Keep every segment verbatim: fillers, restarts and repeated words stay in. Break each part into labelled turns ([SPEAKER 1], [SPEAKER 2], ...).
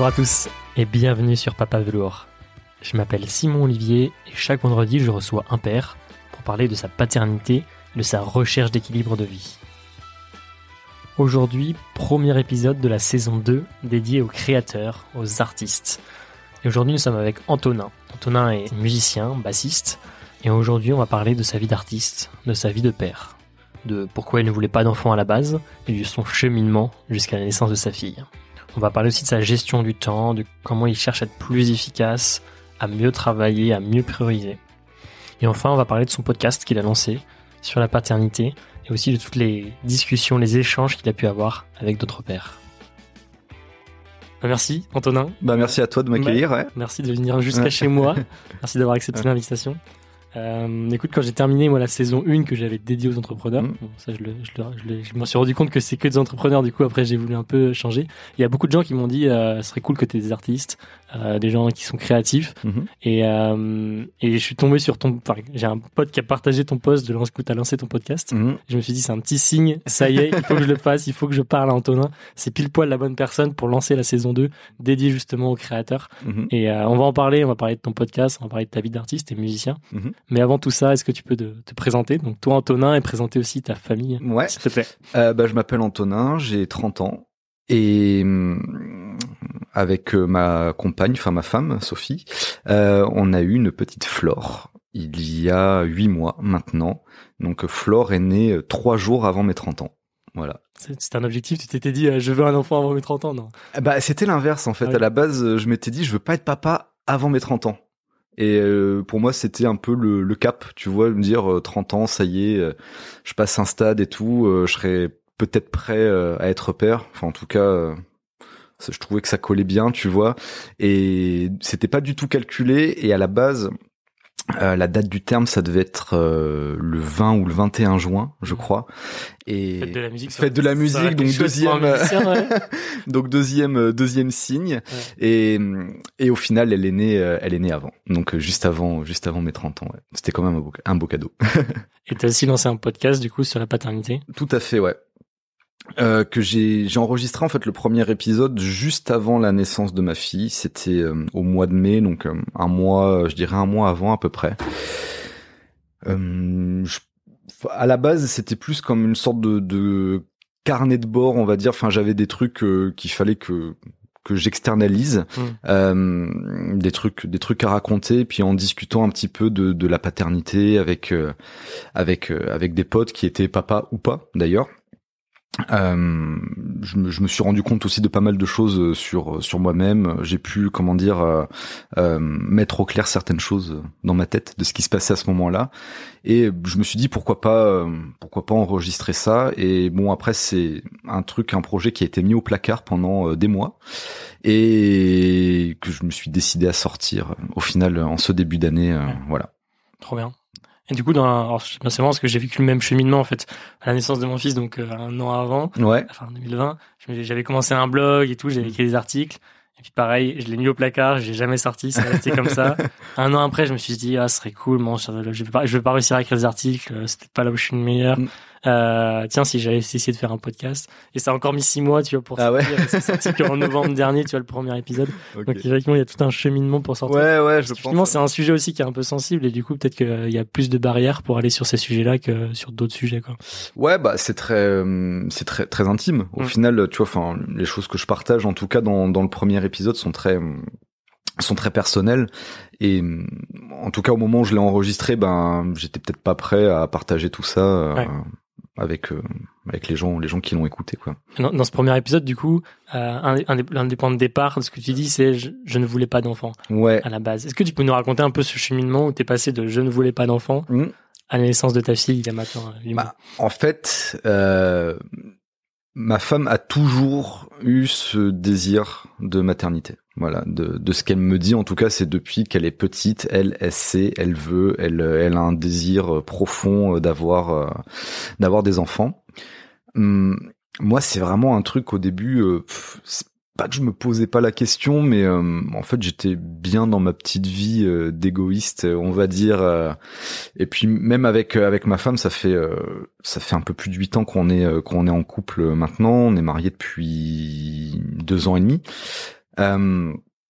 [SPEAKER 1] Bonjour à tous et bienvenue sur Papa Velours. Je m'appelle Simon Olivier et chaque vendredi je reçois un père pour parler de sa paternité et de sa recherche d'équilibre de vie. Aujourd'hui, premier épisode de la saison deux dédié aux créateurs, aux artistes. Et aujourd'hui nous sommes avec Antonin. Antonin est musicien, bassiste et aujourd'hui on va parler de sa vie d'artiste, de sa vie de père, de pourquoi il ne voulait pas d'enfant à la base et de son cheminement jusqu'à la naissance de sa fille. On va parler aussi de sa gestion du temps, de comment il cherche à être plus efficace, à mieux travailler, à mieux prioriser. Et enfin, on va parler de son podcast qu'il a lancé sur la paternité et aussi de toutes les discussions, les échanges qu'il a pu avoir avec d'autres pères. Merci Antonin.
[SPEAKER 2] Bah merci à toi de m'accueillir. Ouais.
[SPEAKER 1] Merci de venir jusqu'à ouais. chez moi. Merci d'avoir accepté ouais. l'invitation. Euh, écoute, quand j'ai terminé moi la saison un que j'avais dédiée aux entrepreneurs, mmh. bon, ça je, le, je, le, je, le, je me suis rendu compte que c'est que des entrepreneurs. Du coup, après j'ai voulu un peu changer. Il y a beaucoup de gens qui m'ont dit, euh, ce serait cool que tu aies des artistes, euh, des gens qui sont créatifs. Mmh. Et euh, et je suis tombé sur ton. Enfin, j'ai un pote qui a partagé ton post de où t'as lancé ton podcast. Mmh. Je me suis dit c'est un petit signe. Ça y est, il faut que je le fasse. Il faut que je parle à Antonin. C'est pile poil la bonne personne pour lancer la saison deux dédiée justement aux créateurs. Mmh. Et euh, on va en parler. On va parler de ton podcast. On va parler de ta vie d'artiste et musicien. Mmh. Mais avant tout ça, est-ce que tu peux te, te présenter? Donc toi, Antonin, et présenter aussi ta famille,
[SPEAKER 2] ouais.
[SPEAKER 1] s'il te plaît.
[SPEAKER 2] Euh, bah, je m'appelle Antonin, j'ai trente ans. Et euh, avec euh, ma compagne, enfin ma femme, Sophie, euh, on a eu une petite Flore il y a huit mois maintenant. Donc Flore est née trois jours avant mes trente ans. Voilà.
[SPEAKER 1] C'était un objectif, tu t'étais dit euh, je veux un enfant avant mes trente ans, non?
[SPEAKER 2] Bah c'était l'inverse en fait. Ah oui. À la base, je m'étais dit je veux pas être papa avant mes trente ans. Et euh, pour moi, c'était un peu le, le cap, tu vois, me dire euh, trente ans, ça y est, euh, je passe un stade et tout, euh, je serais peut-être prêt euh, à être père. Enfin, en tout cas, euh, ça, je trouvais que ça collait bien, tu vois. Et c'était pas du tout calculé. Et à la base, euh, la date du terme, ça devait être euh, le vingt ou le vingt et un juin, je crois. Et
[SPEAKER 1] fête de la musique,
[SPEAKER 2] fête de la musique, donc deuxième, musicien, ouais. donc deuxième, deuxième signe. Ouais. Et et au final, elle est née, elle est née avant, donc juste avant, juste avant mes trente ans. Ouais. C'était quand même un beau, un beau cadeau.
[SPEAKER 1] Et t'as aussi lancé un podcast du coup sur la paternité.
[SPEAKER 2] Tout à fait, ouais. Euh, que j'ai j'ai enregistré en fait le premier épisode juste avant la naissance de ma fille. C'était euh, au mois de mai, donc euh, un mois, je dirais un mois avant à peu près. Euh, je À la base, c'était plus comme une sorte de, de carnet de bord, on va dire. Enfin, j'avais des trucs euh, qu'il fallait que que j'externalise, mmh. euh, des trucs, des trucs à raconter, puis en discutant un petit peu de de la paternité avec euh, avec euh, avec des potes qui étaient papa ou pas d'ailleurs. Euh, je, me, je me suis rendu compte aussi de pas mal de choses sur sur moi-même. J'ai pu, comment dire, euh, euh, mettre au clair certaines choses dans ma tête de ce qui se passait à ce moment-là. Et je me suis dit pourquoi pas, euh, pourquoi pas enregistrer ça. Et bon, après c'est un truc, un projet qui a été mis au placard pendant euh, des mois et que je me suis décidé à sortir au final en ce début d'année. Euh,
[SPEAKER 1] ouais.
[SPEAKER 2] Voilà.
[SPEAKER 1] Trop bien. Et du coup, dans, alors, c'est marrant parce que j'ai vécu le même cheminement en fait à la naissance de mon fils, donc euh, un an avant,
[SPEAKER 2] ouais.
[SPEAKER 1] enfin deux mille vingt. J'avais commencé un blog et tout, j'avais écrit des articles. Et puis pareil, je l'ai mis au placard, j'ai jamais sorti, ça a resté comme ça. Un an après, je me suis dit ah, ce serait cool, bon, je vais pas, je vais pas réussir à écrire des articles, c'est peut-être pas là où je suis le meilleur. Mm. Euh, tiens, si j'avais essayé de faire un podcast, et ça a encore mis six mois, tu vois, pour
[SPEAKER 2] ah
[SPEAKER 1] sortir.
[SPEAKER 2] Ouais.
[SPEAKER 1] C'est sorti qu'en novembre dernier, tu vois, le premier épisode. Okay. Donc effectivement, il y a tout un cheminement pour sortir.
[SPEAKER 2] Ouais, ouais, je pense.
[SPEAKER 1] Effectivement, c'est un sujet aussi qui est un peu sensible, et du coup, peut-être qu'il y a plus de barrières pour aller sur ces sujets-là que sur d'autres sujets, quoi.
[SPEAKER 2] Ouais, bah c'est très, c'est très, très intime. Au mmh. final, tu vois, enfin, les choses que je partage, en tout cas dans dans le premier épisode, sont très sont très personnelles. Et en tout cas, au moment où je l'ai enregistré, ben, j'étais peut-être pas prêt à partager tout ça. Ouais. Euh, avec euh, avec les gens les gens qui l'ont écouté, quoi.
[SPEAKER 1] Dans, dans ce premier épisode, du coup, euh, un, un, des, un des points de départ de ce que tu dis, c'est je, je ne voulais pas d'enfant.
[SPEAKER 2] Ouais.
[SPEAKER 1] À la base, est-ce que tu peux nous raconter un peu ce cheminement où t'es passé de je ne voulais pas d'enfant mmh. à la naissance de ta fille il y a maintenant huit mois?
[SPEAKER 2] Bah, en fait, euh, ma femme a toujours eu ce désir de maternité. Voilà, de, de ce qu'elle me dit, en tout cas, c'est depuis qu'elle est petite, elle, elle sait, elle veut, elle, elle a un désir profond d'avoir, euh, d'avoir des enfants. Hum, moi, c'est vraiment un truc au début, euh, pff, c'est pas que je me posais pas la question, mais euh, en fait, j'étais bien dans ma petite vie euh, d'égoïste, on va dire. Euh, et puis même avec avec ma femme, ça fait euh, ça fait un peu plus de huit ans qu'on est euh, qu'on est en couple maintenant. On est mariés depuis deux ans et demi. Euh,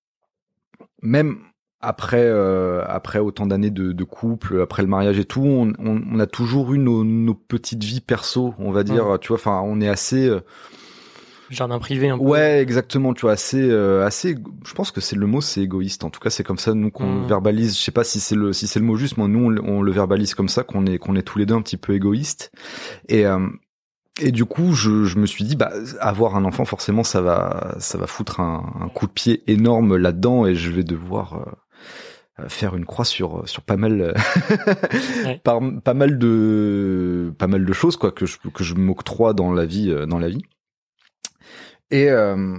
[SPEAKER 2] même après euh, après autant d'années de, de couple, après le mariage et tout, on, on, on a toujours eu nos, nos petites vies perso, on va dire. Mmh. Tu vois, enfin, on est assez euh...
[SPEAKER 1] jardin privé un peu.
[SPEAKER 2] Ouais, exactement. Tu vois, assez euh, assez. Je pense que c'est le mot, c'est égoïste. En tout cas, c'est comme ça nous qu'on mmh. le verbalise. Je sais pas si c'est le si c'est le mot juste, mais nous on, on le verbalise comme ça, qu'on est qu'on est tous les deux un petit peu égoïstes. Et euh, Et du coup, je, je me suis dit, bah, avoir un enfant, forcément, ça va, ça va foutre un, un coup de pied énorme là-dedans, et je vais devoir euh, faire une croix sur sur pas mal, ouais. pas, pas mal de, pas mal de choses quoi que je que je m'octroie dans la vie, dans la vie. Et euh,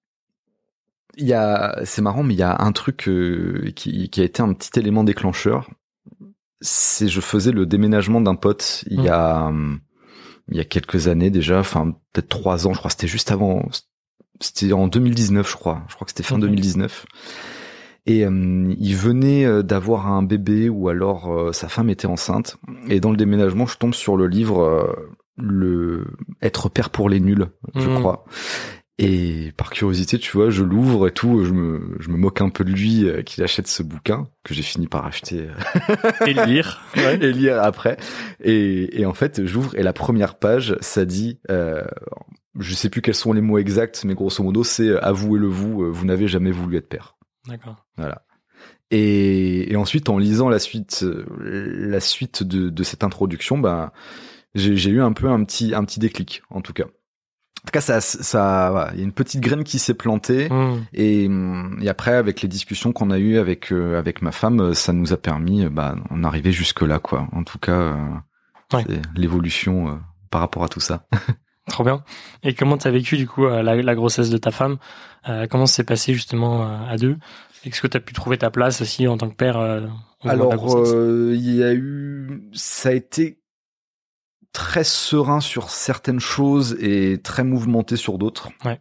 [SPEAKER 2] il y a, c'est marrant, mais il y a un truc euh, qui qui a été un petit élément déclencheur. C'est, je faisais le déménagement d'un pote il mmh. y a. il y a quelques années déjà, enfin peut-être trois ans, je crois, c'était juste avant, c'était en deux mille dix-neuf, je crois, je crois que c'était fin okay. deux mille dix-neuf. Et euh, il venait d'avoir un bébé ou alors euh, sa femme était enceinte. Et dans le déménagement, je tombe sur le livre euh, le Être père pour les nuls, je mmh. crois. Et par curiosité, tu vois, je l'ouvre et tout, je me, je me moque un peu de lui euh, qu'il achète ce bouquin que j'ai fini par acheter
[SPEAKER 1] et lire,
[SPEAKER 2] ouais. et lire après. Et, et en fait, j'ouvre et la première page, ça dit, euh, je sais plus quels sont les mots exacts, mais grosso modo, c'est avouez-le vous, vous n'avez jamais voulu être père.
[SPEAKER 1] D'accord.
[SPEAKER 2] Voilà. Et, et ensuite, en lisant la suite, la suite de, de cette introduction, bah, j'ai, j'ai eu un peu un petit, un petit déclic, en tout cas. En tout cas, ça, ça, voilà, il y a une petite graine qui s'est plantée, mmh. et, et après, avec les discussions qu'on a eues avec euh, avec ma femme, ça nous a permis, bah, on arrivait jusque là, quoi. En tout cas, euh, ouais. c'est l'évolution euh, par rapport à tout ça.
[SPEAKER 1] Trop bien. Et comment t'as vécu du coup la, la grossesse de ta femme? euh, Comment ça s'est passé justement à deux? Est-ce que t'as pu trouver ta place aussi en tant que père euh,
[SPEAKER 2] Alors, il euh, y a eu, ça a été très serein sur certaines choses et très mouvementé sur d'autres.
[SPEAKER 1] Ouais.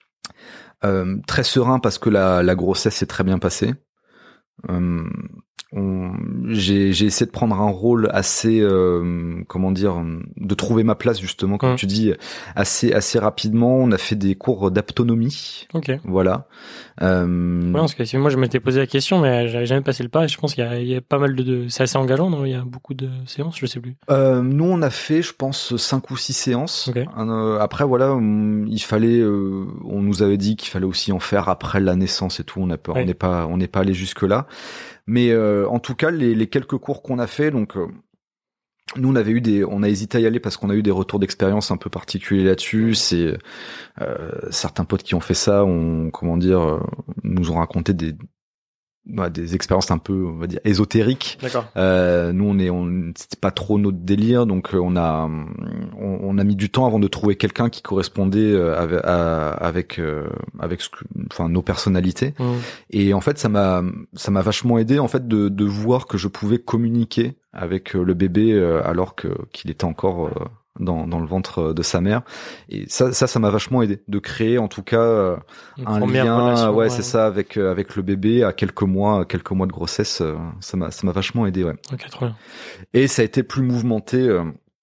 [SPEAKER 2] Euh, très serein parce que la, la grossesse s'est très bien passée. Euh, on, j'ai, j'ai essayé de prendre un rôle assez, euh, comment dire, de trouver ma place justement, comme mmh. tu dis, assez assez rapidement. On a fait des cours d'autonomie.
[SPEAKER 1] Ok.
[SPEAKER 2] Voilà. Euh,
[SPEAKER 1] ouais, parce que moi je m'étais posé la question, mais j'avais jamais passé le pas. Et je pense qu'il y a, il y a pas mal de, de, c'est assez engageant, non? Il y a beaucoup de séances, je sais plus.
[SPEAKER 2] Euh, nous on a fait, je pense, cinq ou six séances.
[SPEAKER 1] Okay.
[SPEAKER 2] Euh, après voilà, on, il fallait, euh, on nous avait dit qu'il fallait aussi en faire après la naissance et tout. On n'a pas, ouais. on n'est pas, on n'est pas allé jusque là. Mais euh, en tout cas, les, les quelques cours qu'on a fait, donc euh, nous on avait eu des, on a hésité à y aller parce qu'on a eu des retours d'expérience un peu particuliers là-dessus. C'est euh, certains potes qui ont fait ça, ont, comment dire, euh, nous ont raconté des bah, des expériences un peu, on va dire, ésotériques.
[SPEAKER 1] D'accord.
[SPEAKER 2] Euh, nous, on est, on, c'était pas trop notre délire, donc on a, on, on a mis du temps avant de trouver quelqu'un qui correspondait avec, à, avec, euh, avec ce que, enfin, nos personnalités. Mmh. Et en fait, ça m'a, ça m'a vachement aidé, en fait, de, de voir que je pouvais communiquer avec le bébé alors que qu'il était encore dans, dans le ventre de sa mère. Et ça, ça, ça m'a vachement aidé de créer, en tout cas, Une un lien, ouais, ouais, c'est ça, avec avec le bébé à quelques mois, quelques mois de grossesse. Ça m'a, ça m'a vachement aidé, ouais.
[SPEAKER 1] Ok, trop bien.
[SPEAKER 2] Et ça a été plus mouvementé euh,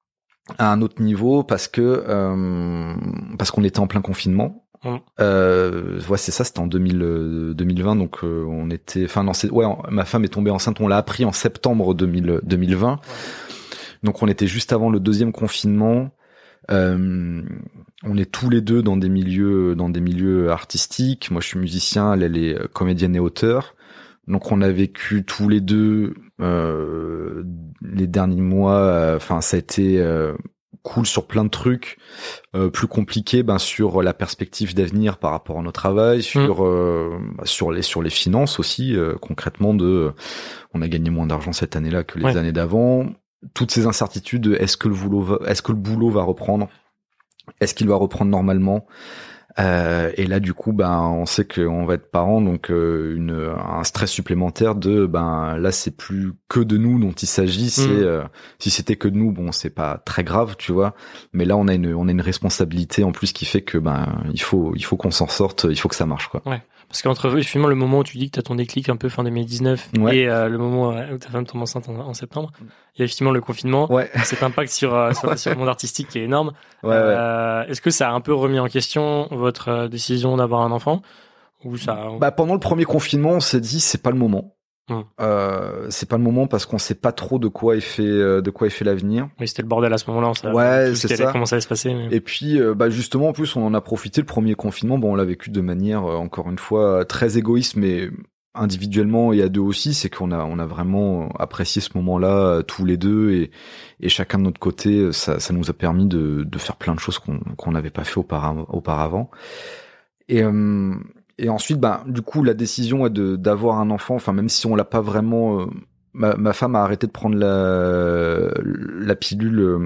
[SPEAKER 2] à un autre niveau parce que euh, parce qu'on était en plein confinement. Mmh. Euh, ouais, c'est ça, c'était en deux mille, euh, deux mille vingt, donc euh, on était, enfin non, c'est, ouais, ma femme est tombée enceinte, on l'a appris en septembre deux mille, deux mille vingt. Ouais. Donc on était juste avant le deuxième confinement. Euh, on est tous les deux dans des milieux, dans des milieux artistiques. Moi, je suis musicien, elle, elle est comédienne et auteure. Donc on a vécu tous les deux euh, les derniers mois. Enfin, euh, ça a été euh, cool sur plein de trucs, euh, plus compliqué, ben sur la perspective d'avenir par rapport à notre travail, sur mmh. euh, sur les sur les finances aussi, euh, concrètement. De, on a gagné moins d'argent cette année-là que les ouais. années d'avant. Toutes ces incertitudes, est-ce que le boulot va, est-ce que le boulot va reprendre, est-ce qu'il va reprendre normalement, euh, et là du coup, ben on sait qu'on va être parents, donc euh, une un stress supplémentaire de ben là c'est plus que de nous dont il s'agit. C'est mmh. euh, si c'était que de nous, bon c'est pas très grave, tu vois, mais là on a une on a une responsabilité en plus qui fait que ben il faut il faut qu'on s'en sorte, il faut que ça marche, quoi.
[SPEAKER 1] Ouais. Parce qu'entre finalement le moment où tu dis que tu as ton déclic un peu fin deux mille dix-neuf ouais. et euh, le moment où ta femme tombe enceinte en, en septembre, il y a effectivement le confinement,
[SPEAKER 2] ouais.
[SPEAKER 1] cet impact sur, euh, sur, ouais. sur le monde artistique qui est énorme.
[SPEAKER 2] Ouais,
[SPEAKER 1] euh, ouais. Est-ce que ça a un peu remis en question votre euh, décision d'avoir un enfant, Ou ça.
[SPEAKER 2] Bah pendant le premier confinement, on s'est dit c'est pas le moment.
[SPEAKER 1] Hum.
[SPEAKER 2] Euh, c'est pas le moment parce qu'on sait pas trop de quoi est fait de quoi est fait l'avenir.
[SPEAKER 1] Oui, c'était le bordel à ce moment-là. On savait
[SPEAKER 2] ouais,
[SPEAKER 1] tout
[SPEAKER 2] c'est
[SPEAKER 1] ce qui
[SPEAKER 2] ça.
[SPEAKER 1] allait, comment ça allait se passer. Mais...
[SPEAKER 2] Et puis, euh, bah justement, en plus, on en a profité. Le premier confinement, bon, on l'a vécu de manière, euh, encore une fois, très égoïste, mais individuellement et à deux aussi. C'est qu'on a, on a vraiment apprécié ce moment-là euh, tous les deux et, et chacun de notre côté. Ça, ça nous a permis de, de faire plein de choses qu'on, qu'on n'avait pas fait auparavant. auparavant. Et euh, Et ensuite, bah, du coup, la décision est de d'avoir un enfant. Enfin, même si on l'a pas vraiment, euh, ma, ma femme a arrêté de prendre la la pilule euh,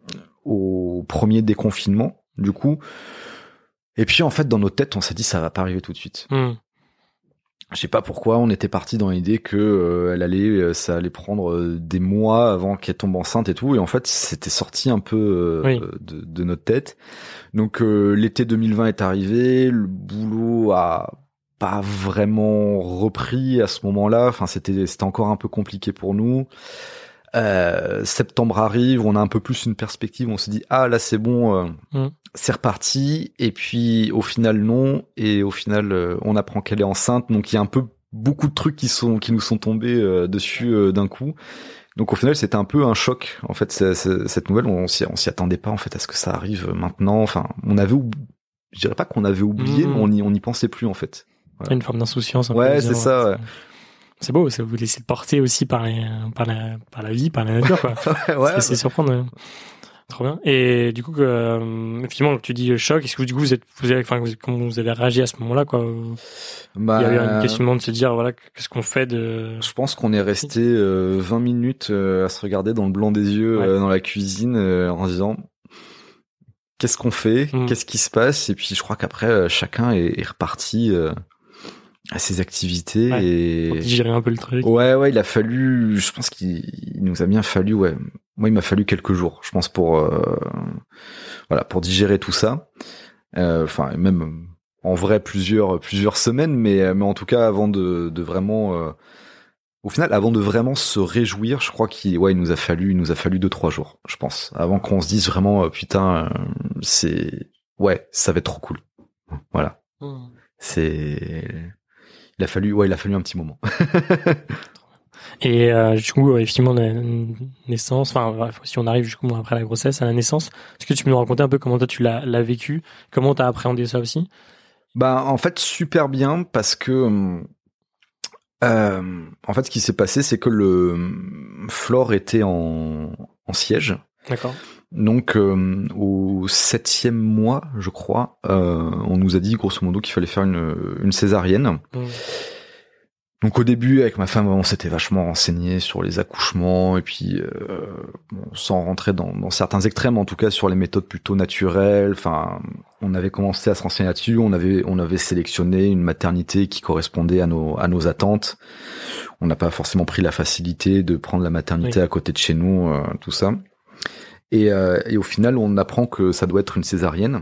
[SPEAKER 2] au premier déconfinement, du coup. Et puis, en fait, dans nos têtes, on s'est dit ça va pas arriver tout de suite.
[SPEAKER 1] Mmh.
[SPEAKER 2] Je sais pas pourquoi, on était parti dans l'idée que euh, elle allait, ça allait prendre euh, des mois avant qu'elle tombe enceinte et tout. Et en fait, c'était sorti un peu euh,
[SPEAKER 1] oui.
[SPEAKER 2] de, de notre tête. Donc euh, l'été deux mille vingt est arrivé, le boulot a pas vraiment repris à ce moment-là. Enfin, c'était c'était encore un peu compliqué pour nous. Euh, septembre arrive, on a un peu plus une perspective. On se dit ah là c'est bon, euh, mmh. c'est reparti. Et puis au final non. Et au final euh, on apprend qu'elle est enceinte. Donc il y a un peu beaucoup de trucs qui sont qui nous sont tombés euh, dessus euh, d'un coup. Donc au final c'était un peu un choc en fait c'est, c'est, cette nouvelle on s'y, on s'y attendait pas en fait à ce que ça arrive maintenant. Enfin on avait oub... je dirais pas qu'on avait oublié mmh. mais on y on y pensait plus en fait.
[SPEAKER 1] Voilà. Une forme d'insouciance. Un
[SPEAKER 2] ouais
[SPEAKER 1] peu
[SPEAKER 2] c'est ça. Ouais.
[SPEAKER 1] C'est beau, ça vous laissez porter aussi par les, par la par la vie, par la nature quoi.
[SPEAKER 2] ouais,
[SPEAKER 1] c'est, c'est surprenant. Trop bien. Et du coup, euh, effectivement, tu dis choc. Est-ce que du coup vous êtes, vous avez, enfin, vous, comment vous avez réagi à ce moment-là, quoi? Bah, il y a eu un questionnement de se dire, voilà, qu'est-ce qu'on fait de.
[SPEAKER 2] Je pense qu'on est resté euh, vingt minutes euh, à se regarder dans le blanc des yeux ouais. euh, dans la cuisine euh, en disant, qu'est-ce qu'on fait, mmh. qu'est-ce qui se passe. Et puis je crois qu'après euh, chacun est, est reparti euh, à ses activités
[SPEAKER 1] ouais,
[SPEAKER 2] et
[SPEAKER 1] pour digérer un peu le truc.
[SPEAKER 2] Ouais, ouais, il a fallu. Je pense qu'il nous a bien fallu, ouais. Moi, il m'a fallu quelques jours, je pense, pour euh, voilà, pour digérer tout ça. Enfin, euh, même en vrai plusieurs plusieurs semaines, mais mais en tout cas avant de de vraiment, euh, au final, avant de vraiment se réjouir, je crois qu'il ouais, il nous a fallu, il nous a fallu deux trois jours, je pense, avant qu'on se dise vraiment, putain, c'est ouais, ça va être trop cool. Voilà, mmh. c'est il a fallu, ouais, il a fallu un petit moment.
[SPEAKER 1] Et euh, du coup, effectivement, la naissance, enfin, si on arrive du coup après la grossesse, à la naissance, est-ce que tu peux nous raconter un peu comment toi tu l'as, l'as vécu, comment t'as appréhendé ça aussi?
[SPEAKER 2] Bah, en fait, super bien parce que, euh, en fait, ce qui s'est passé, c'est que le Flore était en, en siège.
[SPEAKER 1] D'accord.
[SPEAKER 2] Donc, euh, au septième mois, je crois, euh, on nous a dit grosso modo qu'il fallait faire une, une césarienne. Mmh. Donc au début, avec ma femme, on s'était vachement renseigné sur les accouchements et puis euh, bon, sans rentrer dans, dans certains extrêmes, en tout cas sur les méthodes plutôt naturelles. Enfin, on avait commencé à se renseigner là-dessus. On avait on avait sélectionné une maternité qui correspondait à nos à nos attentes. On n'a pas forcément pris la facilité de prendre la maternité oui. à côté de chez nous, euh, tout ça. Et, euh, et au final, on apprend que ça doit être une césarienne.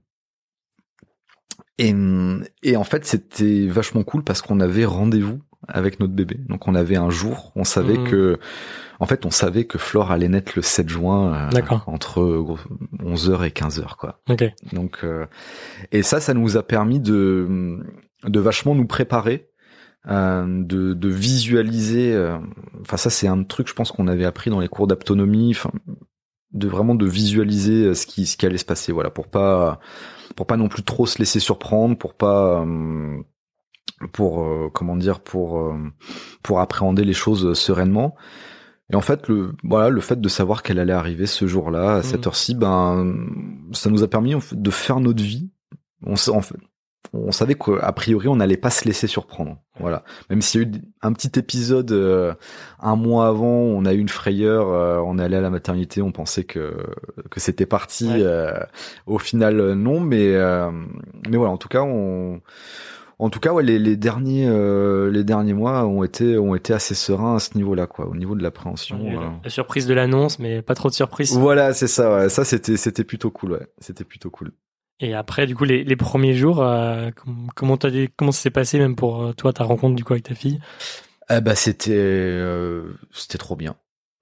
[SPEAKER 2] Et, et en fait, c'était vachement cool parce qu'on avait rendez-vous avec notre bébé. Donc, on avait un jour, on savait mmh. que, en fait, on savait que Flore allait naître le sept juin euh, entre onze heures et quinze heures, quoi.
[SPEAKER 1] Okay.
[SPEAKER 2] Donc, euh, et ça, ça nous a permis de, de vachement nous préparer, euh, de, de visualiser. Enfin, euh, ça, c'est un truc, je pense, qu'on avait appris dans les cours d'autonomie. Enfin, de vraiment de visualiser ce qui, ce qui allait se passer. Voilà, pour pas pour pas non plus trop se laisser surprendre, pour pas euh, pour euh, comment dire pour euh, pour appréhender les choses sereinement. Et en fait le voilà le fait de savoir qu'elle allait arriver ce jour-là à cette mmh. heure-ci, ben ça nous a permis en fait, de faire notre vie. On en fait on savait qu'a priori on n'allait pas se laisser surprendre. Voilà, même s'il y a eu un petit épisode euh, un mois avant, on a eu une frayeur, euh, on est allé à la maternité, on pensait que que c'était parti. Ouais. Euh, au final non, mais euh, mais voilà, en tout cas on en tout cas ouais, les, les derniers euh, les derniers mois ont été ont été assez sereins à ce niveau-là, quoi, au niveau de l'appréhension.
[SPEAKER 1] Ouais,
[SPEAKER 2] euh...
[SPEAKER 1] la surprise de l'annonce, mais pas trop de surprise.
[SPEAKER 2] Voilà, c'est ça. Ouais. Ça c'était c'était plutôt cool. Ouais, c'était plutôt cool.
[SPEAKER 1] Et après, du coup, les, les premiers jours, euh, comment t'as dit, comment ça s'est passé, même pour toi, ta rencontre du coup avec ta fille?
[SPEAKER 2] Eh bah, c'était, euh, c'était trop bien.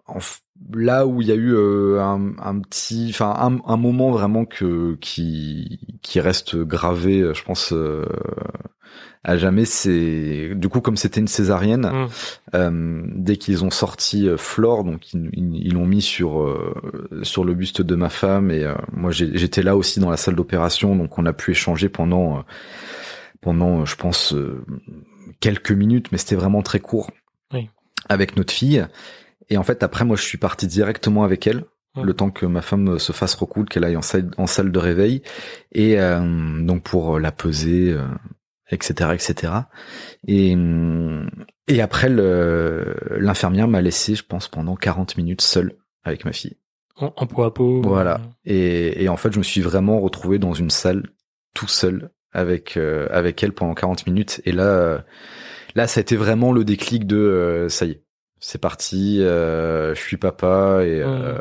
[SPEAKER 2] en, là où il y a eu euh, un, un petit, enfin un, un moment vraiment que qui qui reste gravé, je pense euh, à jamais, c'est du coup comme c'était une césarienne, mmh. euh, dès qu'ils ont sorti euh, Flore, donc ils, ils, ils l'ont mis sur euh, sur le buste de ma femme et euh, moi j'ai, j'étais là aussi dans la salle d'opération, donc on a pu échanger pendant euh, pendant je pense euh, quelques minutes, mais c'était vraiment très court
[SPEAKER 1] oui.
[SPEAKER 2] avec notre fille. Et en fait, après, moi, je suis parti directement avec elle, mmh. le temps que ma femme se fasse recoudre, qu'elle aille en salle, en salle de réveil, et euh, donc pour la peser, euh, et cetera, et cetera. Et, et après, le, l'infirmière m'a laissé, je pense, pendant quarante minutes seule avec ma fille.
[SPEAKER 1] En, en peau à peau.
[SPEAKER 2] Voilà.
[SPEAKER 1] Euh...
[SPEAKER 2] Et, et en fait, je me suis vraiment retrouvé dans une salle tout seul avec euh, avec elle pendant quarante minutes. Et là, euh, là, ça a été vraiment le déclic de euh, ça y est. C'est parti, euh, je suis papa et euh,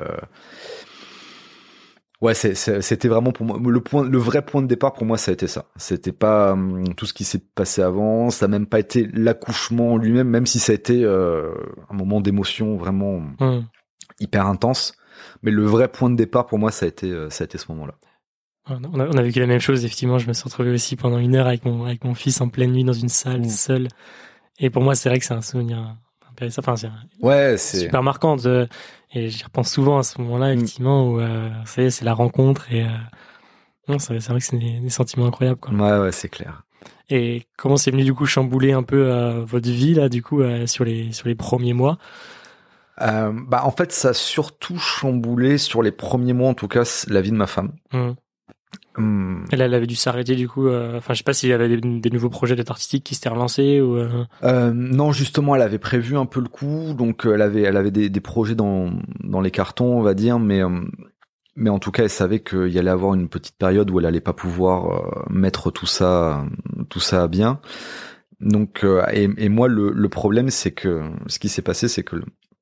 [SPEAKER 2] ouais, c'est, c'est, c'était vraiment pour moi le point, le vrai point de départ pour moi, ça a été ça. C'était pas hum, tout ce qui s'est passé avant, ça n'a même pas été l'accouchement lui-même, même si ça a été euh, un moment d'émotion vraiment mmh. hyper intense. Mais le vrai point de départ pour moi, ça a été, ça a été ce moment-là.
[SPEAKER 1] On a, on a vécu la même chose. Effectivement, je me suis retrouvé aussi pendant une heure avec mon avec mon fils en pleine nuit dans une salle mmh. seul. Et pour moi, c'est vrai que c'est un souvenir. Enfin, c'est
[SPEAKER 2] ouais, c'est
[SPEAKER 1] super marquant de, et j'y repense souvent à ce moment-là, effectivement, où euh, c'est, c'est la rencontre et euh, non, c'est, c'est vrai que c'est des, des sentiments incroyables, quoi.
[SPEAKER 2] Ouais, ouais, c'est clair.
[SPEAKER 1] Et comment c'est venu du coup chambouler un peu euh, votre vie là, du coup, euh, sur les sur les premiers mois?
[SPEAKER 2] Euh, bah, en fait, ça a surtout chamboulé sur les premiers mois, en tout cas, la vie de ma femme.
[SPEAKER 1] Mmh.
[SPEAKER 2] Hum.
[SPEAKER 1] Elle, elle avait dû s'arrêter du coup. Enfin, euh, je sais pas s'il y avait des, des nouveaux projets d'être artistique qui s'étaient relancés ou. Euh...
[SPEAKER 2] Euh, non, justement, elle avait prévu un peu le coup, donc elle avait, elle avait des, des projets dans dans les cartons, on va dire, mais euh, mais en tout cas, elle savait qu'il y allait avoir une petite période où elle allait pas pouvoir euh, mettre tout ça, tout ça à bien. Donc, euh, et, et moi, le, le problème, c'est que ce qui s'est passé, c'est que le,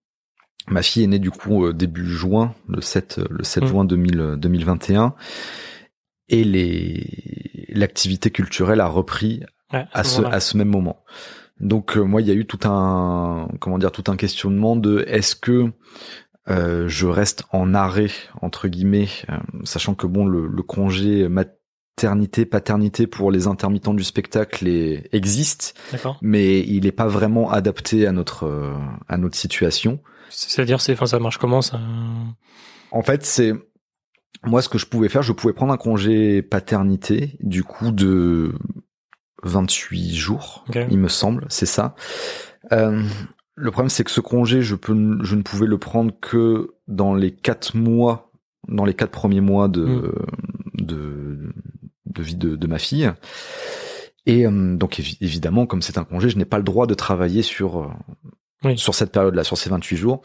[SPEAKER 2] ma fille est née du coup euh, début juin, le sept, le sept mmh. juin deux mille vingt et un. Et les l'activité culturelle a repris
[SPEAKER 1] ouais,
[SPEAKER 2] à ce à ce même moment. Donc euh, moi il y a eu tout un comment dire tout un questionnement de est-ce que euh, je reste en arrêt entre guillemets, euh, sachant que bon le, le congé maternité paternité pour les intermittents du spectacle est, existe,
[SPEAKER 1] D'accord.
[SPEAKER 2] mais il est pas vraiment adapté à notre euh, à notre situation.
[SPEAKER 1] C'est-à-dire c'est enfin ça marche comment ça?
[SPEAKER 2] En fait c'est moi, ce que je pouvais faire, je pouvais prendre un congé paternité, du coup, de vingt-huit jours, okay. il me semble, c'est ça. Euh, le problème, c'est que ce congé, je peux, je ne pouvais le prendre que dans les quatre mois, dans les quatre premiers mois de, mmh. de, de vie de, de ma fille. Et euh, donc, évi- évidemment, comme c'est un congé, je n'ai pas le droit de travailler sur, euh, oui. sur cette période-là, sur ces vingt-huit jours.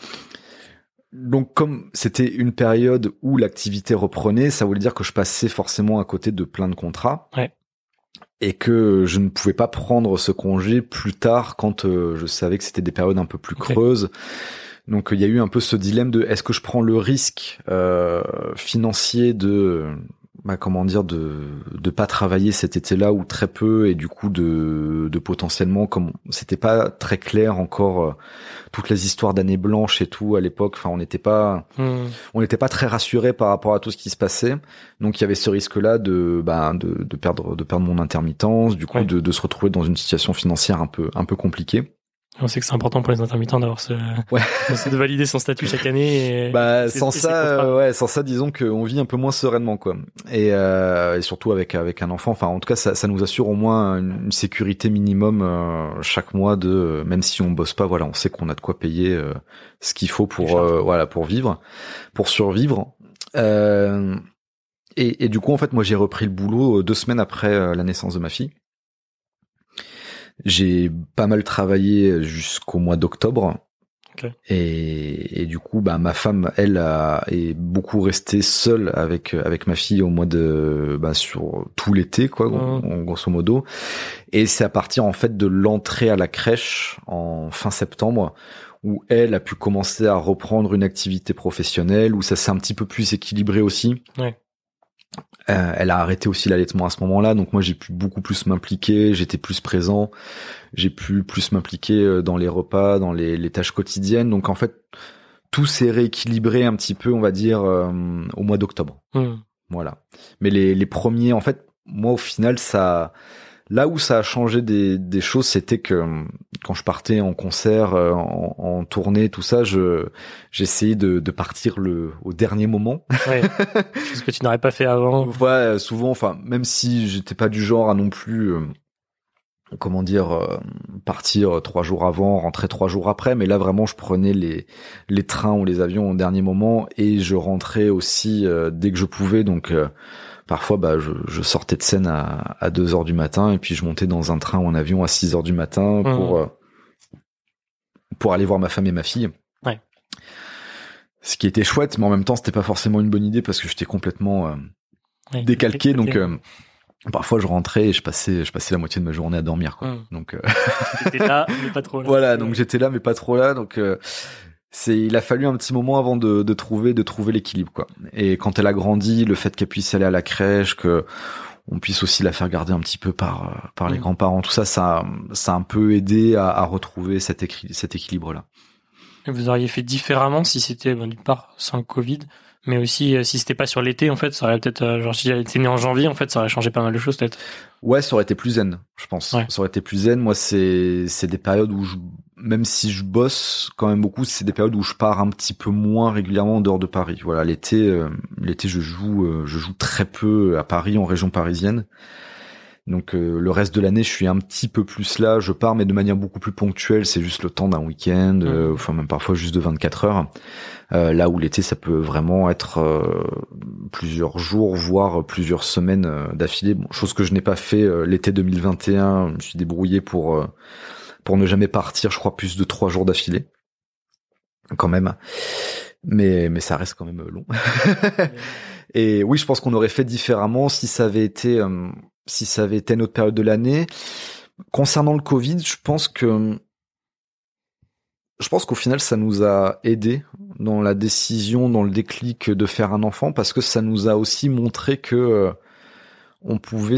[SPEAKER 2] Donc comme c'était une période où l'activité reprenait, ça voulait dire que je passais forcément à côté de plein de contrats.
[SPEAKER 1] Ouais.
[SPEAKER 2] Et que je ne pouvais pas prendre ce congé plus tard quand euh, je savais que c'était des périodes un peu plus okay. creuses. Donc il y a eu un peu ce dilemme de est-ce que je prends le risque euh, financier de bah, comment dire de de pas travailler cet été-là ou très peu et du coup de de potentiellement comme c'était pas très clair encore euh, toutes les histoires d'années blanches et tout à l'époque, enfin on n'était pas mmh. on n'était pas très rassurés par rapport à tout ce qui se passait. Donc il y avait ce risque-là de bah de de perdre de perdre mon intermittence, du coup ouais. de de se retrouver dans une situation financière un peu un peu compliquée.
[SPEAKER 1] On sait que c'est important pour les intermittents d'avoir ce, ouais. de valider son statut chaque année. Et,
[SPEAKER 2] bah,
[SPEAKER 1] et
[SPEAKER 2] sans ça, euh, ouais, sans ça, disons qu'on vit un peu moins sereinement, quoi. Et, euh, et surtout avec avec un enfant. Enfin, en tout cas, ça, ça nous assure au moins une, une sécurité minimum euh, chaque mois de, même si on bosse pas, voilà, on sait qu'on a de quoi payer euh, ce qu'il faut pour, euh, voilà, pour vivre, pour survivre. Euh, et, et du coup, en fait, moi, j'ai repris le boulot deux semaines après euh, la naissance de ma fille. J'ai pas mal travaillé jusqu'au mois d'octobre.
[SPEAKER 1] Okay.
[SPEAKER 2] Et, et du coup, bah, ma femme, elle, a, est beaucoup restée seule avec avec ma fille au mois de, bah, sur tout l'été, quoi, mmh. grosso modo. Et c'est à partir en fait de l'entrée à la crèche en fin septembre où elle a pu commencer à reprendre une activité professionnelle, où ça s'est un petit peu plus équilibré aussi.
[SPEAKER 1] Ouais.
[SPEAKER 2] Euh, elle a arrêté aussi l'allaitement à ce moment-là, donc moi j'ai pu beaucoup plus m'impliquer, j'étais plus présent, j'ai pu plus m'impliquer dans les repas, dans les, les tâches quotidiennes. Donc en fait, tout s'est rééquilibré un petit peu, on va dire, euh, au mois d'octobre. Mmh. Voilà. Mais les, les premiers, en fait, moi, au final, ça, là où ça a changé des, des choses, c'était que quand je partais en concert, en, en tournée, tout ça, je, j'essayais de, de partir le, au dernier moment.
[SPEAKER 1] Ouais. Chose que tu n'aurais pas fait avant.
[SPEAKER 2] Ouais, souvent, enfin, même si j'étais pas du genre à non plus, euh, comment dire, euh, partir trois jours avant, rentrer trois jours après, mais là vraiment je prenais les les trains ou les avions au dernier moment et je rentrais aussi euh, dès que je pouvais. Donc euh, parfois bah je, je sortais de scène à à deux heures du matin et puis je montais dans un train ou un avion à six heures du matin pour mmh. euh, pour aller voir ma femme et ma fille.
[SPEAKER 1] Ouais.
[SPEAKER 2] Ce qui était chouette, mais en même temps c'était pas forcément une bonne idée parce que j'étais complètement euh, ouais, décalqué, donc euh, parfois je rentrais et je passais je passais la moitié de ma journée à dormir quoi. Mmh. Donc euh...
[SPEAKER 1] j'étais là mais pas trop là.
[SPEAKER 2] Voilà, donc j'étais là mais pas trop là, donc euh, c'est il a fallu un petit moment avant de de trouver de trouver l'équilibre quoi. Et quand elle a grandi, le fait qu'elle puisse aller à la crèche, que on puisse aussi la faire garder un petit peu par par les mmh. grands-parents, tout ça ça ça a un peu aidé à, à retrouver cet équilibre cet équilibre là.
[SPEAKER 1] Et vous auriez fait différemment si c'était bon, d'une part sans le Covid, mais aussi euh, si c'était pas sur l'été en fait, ça aurait peut-être euh, genre si j'avais été né en janvier en fait, ça aurait changé pas mal de choses peut-être.
[SPEAKER 2] Ouais, ça aurait été plus zen, je pense. Ouais. Ça aurait été plus zen. Moi, c'est c'est des périodes où je, même si je bosse quand même beaucoup, c'est des périodes où je pars un petit peu moins régulièrement en dehors de Paris. Voilà, l'été, euh, l'été, je joue, euh, je joue très peu à Paris, en région parisienne. Donc euh, le reste de l'année, je suis un petit peu plus là. Je pars, mais de manière beaucoup plus ponctuelle. C'est juste le temps d'un week-end, mmh. euh, enfin même parfois juste de vingt-quatre heures. Euh, là où l'été, ça peut vraiment être euh, plusieurs jours, voire plusieurs semaines euh, d'affilée. Bon, chose que je n'ai pas fait euh, l'été deux mille vingt et un. Je me suis débrouillé pour euh, pour ne jamais partir. Je crois plus de trois jours d'affilée, quand même. Mais mais ça reste quand même long. Et oui, je pense qu'on aurait fait différemment si ça avait été euh, si ça avait été une autre période de l'année. Concernant le Covid, je pense que je pense qu'au final, ça nous a aidé dans la décision, dans le déclic de faire un enfant, parce que ça nous a aussi montré que euh, on pouvait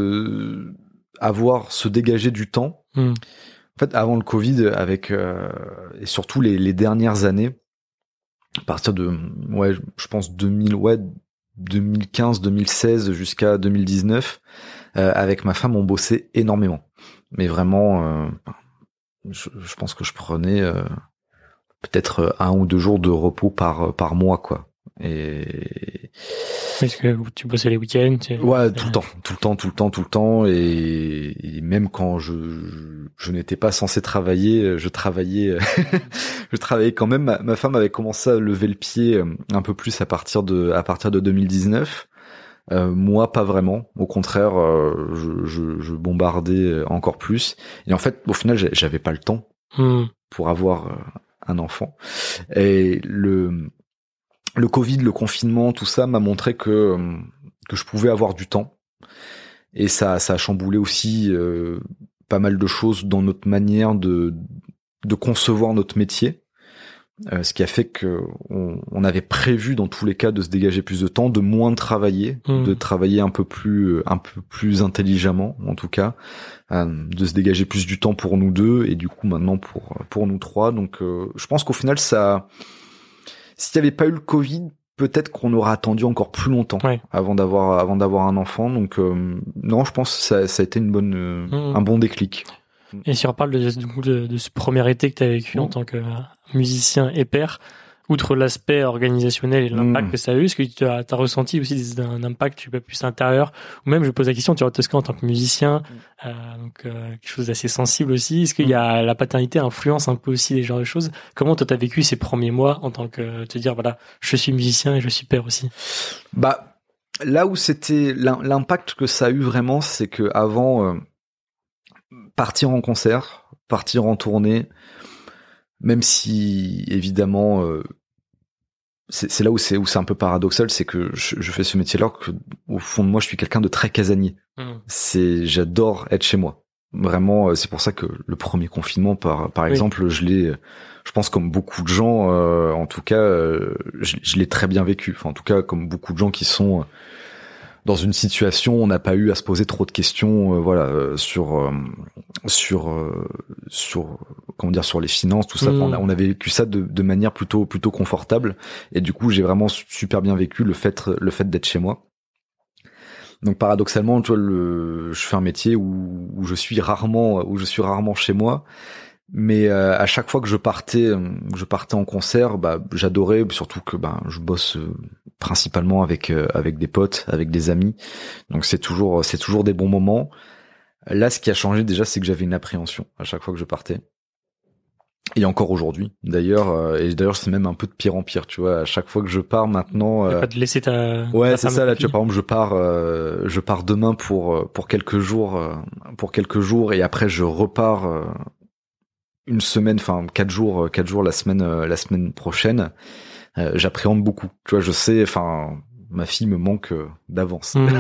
[SPEAKER 2] se avoir se dégager du temps. Mmh. En fait, avant le Covid, avec euh, et surtout les, les dernières années, à partir de ouais, je pense deux mille ouais deux mille quinze, deux mille seize jusqu'à deux mille dix-neuf, euh, avec ma femme, on bossait énormément, mais vraiment. Euh, Je, je pense que je prenais euh, peut-être un ou deux jours de repos par par mois quoi. Et
[SPEAKER 1] est-ce que tu bossais les week-ends? Tu...
[SPEAKER 2] Ouais, tout le temps, tout le temps, tout le temps, tout le temps, et, et même quand je je, je n'étais pas censé travailler, je travaillais, je travaillais quand même. Ma, ma femme avait commencé à lever le pied un peu plus à partir de à partir de deux mille dix-neuf. Euh, moi, pas vraiment. Au contraire, euh, je, je, je bombardais encore plus. Et en fait, au final, j'avais pas le temps mmh. pour avoir euh, un enfant. Et le le Covid, le confinement, tout ça m'a montré que que je pouvais avoir du temps. Et ça, ça a chamboulé aussi euh, pas mal de choses dans notre manière de de concevoir notre métier. Euh, ce qui a fait que on, on avait prévu dans tous les cas de se dégager plus de temps, de moins travailler, mmh. de travailler un peu plus un peu plus intelligemment en tout cas, euh, de se dégager plus du temps pour nous deux et du coup maintenant pour pour nous trois. Donc euh, je pense qu'au final ça, s'il n'y avait pas eu le Covid, peut-être qu'on aurait attendu encore plus longtemps ouais. avant d'avoir avant d'avoir un enfant. Donc euh, non, je pense que ça, ça a été une bonne euh, mmh. un bon déclic.
[SPEAKER 1] Et si on reparle de, de, de ce premier été que tu as vécu mmh. en tant que musicien et père, outre l'aspect organisationnel et l'impact mmh. que ça a eu, est-ce que tu as, as ressenti aussi un impact tu sais, plus intérieur? Ou même, je pose la question, tu vois, Tosca en tant que musicien, mmh. euh, donc euh, quelque chose d'assez sensible aussi. Est-ce qu'il y a la paternité influence un peu aussi les genres de choses? Comment toi, tu as vécu ces premiers mois en tant que, te dire, voilà, je suis musicien et je suis père aussi?
[SPEAKER 2] Bah, là où c'était, l'impact que ça a eu vraiment, c'est que avant euh, partir en concert, partir en tournée, même si évidemment euh, c'est, c'est là où c'est où c'est un peu paradoxal, c'est que je, je fais ce métier-là que au fond de moi je suis quelqu'un de très casanier. Mmh. C'est j'adore être chez moi. Vraiment, c'est pour ça que le premier confinement, par par oui. exemple, je l'ai, je pense comme beaucoup de gens, euh, en tout cas, euh, je, je l'ai très bien vécu. Enfin, en tout cas, comme beaucoup de gens qui sont dans une situation où on n'a pas eu à se poser trop de questions, euh, voilà, euh, sur euh, sur euh, sur comment dire, sur les finances, tout ça. Mmh. Enfin, on, a, on a vécu ça de, de manière plutôt plutôt confortable, et du coup, j'ai vraiment super bien vécu le fait le fait d'être chez moi. Donc paradoxalement, tu vois, le, je fais un métier où, où je suis rarement où je suis rarement chez moi. Mais euh, à chaque fois que je partais, je partais en concert, bah j'adorais, surtout que bah je bosse euh, principalement avec euh, avec des potes, avec des amis. Donc c'est toujours c'est toujours des bons moments. Là, ce qui a changé déjà, c'est que j'avais une appréhension à chaque fois que je partais. Et encore aujourd'hui, d'ailleurs, euh, et d'ailleurs c'est même un peu de pire en pire, tu vois. À chaque fois que je pars maintenant,
[SPEAKER 1] euh... pas de laisser ta.
[SPEAKER 2] Ouais,
[SPEAKER 1] ta
[SPEAKER 2] c'est ça. Là, tu vois, par exemple, je pars, euh, je pars demain pour pour quelques jours, euh, pour quelques jours, et après je repars. Euh, une semaine, enfin quatre jours, quatre jours la semaine, euh, la semaine prochaine, euh, j'appréhende beaucoup. Tu vois, je sais, enfin, ma fille me manque euh, d'avance. Mmh.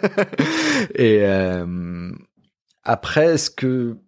[SPEAKER 2] Et euh, après, est-ce que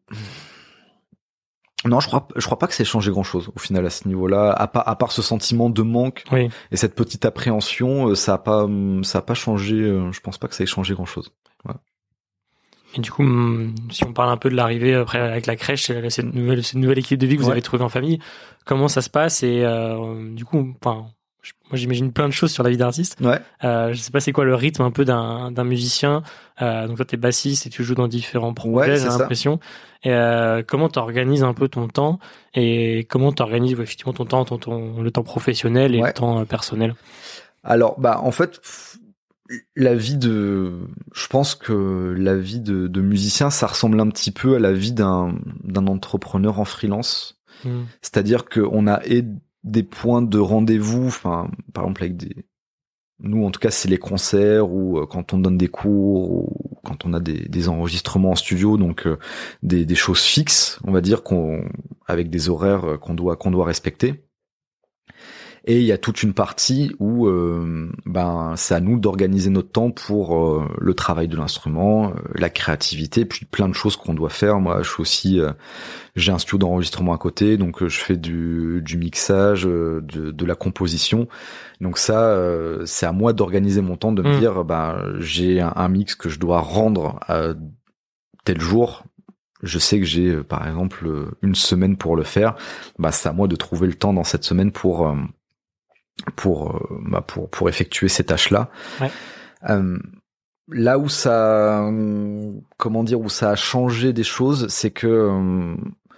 [SPEAKER 2] non, je crois, je crois pas que ça ait changé grand-chose au final à ce niveau-là. À part, à part ce sentiment de manque
[SPEAKER 1] oui.
[SPEAKER 2] et cette petite appréhension, ça a pas, ça a pas changé. Je pense pas que ça ait changé grand-chose. Ouais.
[SPEAKER 1] Et du coup, si on parle un peu de l'arrivée après avec la crèche, cette nouvelle, cette nouvelle équipe de vie que vous ouais. avez trouvée en famille, comment ça se passe? Et euh, du coup, enfin, moi j'imagine plein de choses sur la vie d'artiste.
[SPEAKER 2] Ouais.
[SPEAKER 1] Euh, je sais pas c'est quoi le rythme un peu d'un d'un musicien. Euh, donc toi t'es bassiste et tu joues dans différents projets,
[SPEAKER 2] ouais,
[SPEAKER 1] j'ai l'impression. Et euh, comment t'organises un peu ton temps et comment t'organises ouais, effectivement ton temps, ton, ton le temps professionnel et ouais. le temps euh, personnel?
[SPEAKER 2] Alors bah en fait. La vie de, je pense que la vie de, de musicien, ça ressemble un petit peu à la vie d'un d'un entrepreneur en freelance. Mmh. C'est-à-dire qu'on a et des points de rendez-vous, enfin, par exemple avec des, nous en tout cas c'est les concerts ou quand on donne des cours ou quand on a des, des enregistrements en studio, donc euh, des, des choses fixes, on va dire qu'on, avec des horaires qu'on doit qu'on doit respecter. Et il y a toute une partie où euh, ben c'est à nous d'organiser notre temps pour euh, le travail de l'instrument, euh, la créativité, puis plein de choses qu'on doit faire. Moi, je suis aussi, euh, j'ai un studio d'enregistrement à côté, donc euh, je fais du, du mixage, euh, de, de la composition. Donc ça, euh, c'est à moi d'organiser mon temps, de me mmh. dire, ben j'ai un, un mix que je dois rendre à tel jour. Je sais que j'ai, euh, par exemple, une semaine pour le faire. Bah, c'est à moi de trouver le temps dans cette semaine pour euh, pour bah pour pour effectuer ces tâches là.
[SPEAKER 1] Ouais.
[SPEAKER 2] Euh, là où ça comment dire où ça a changé des choses, c'est que euh,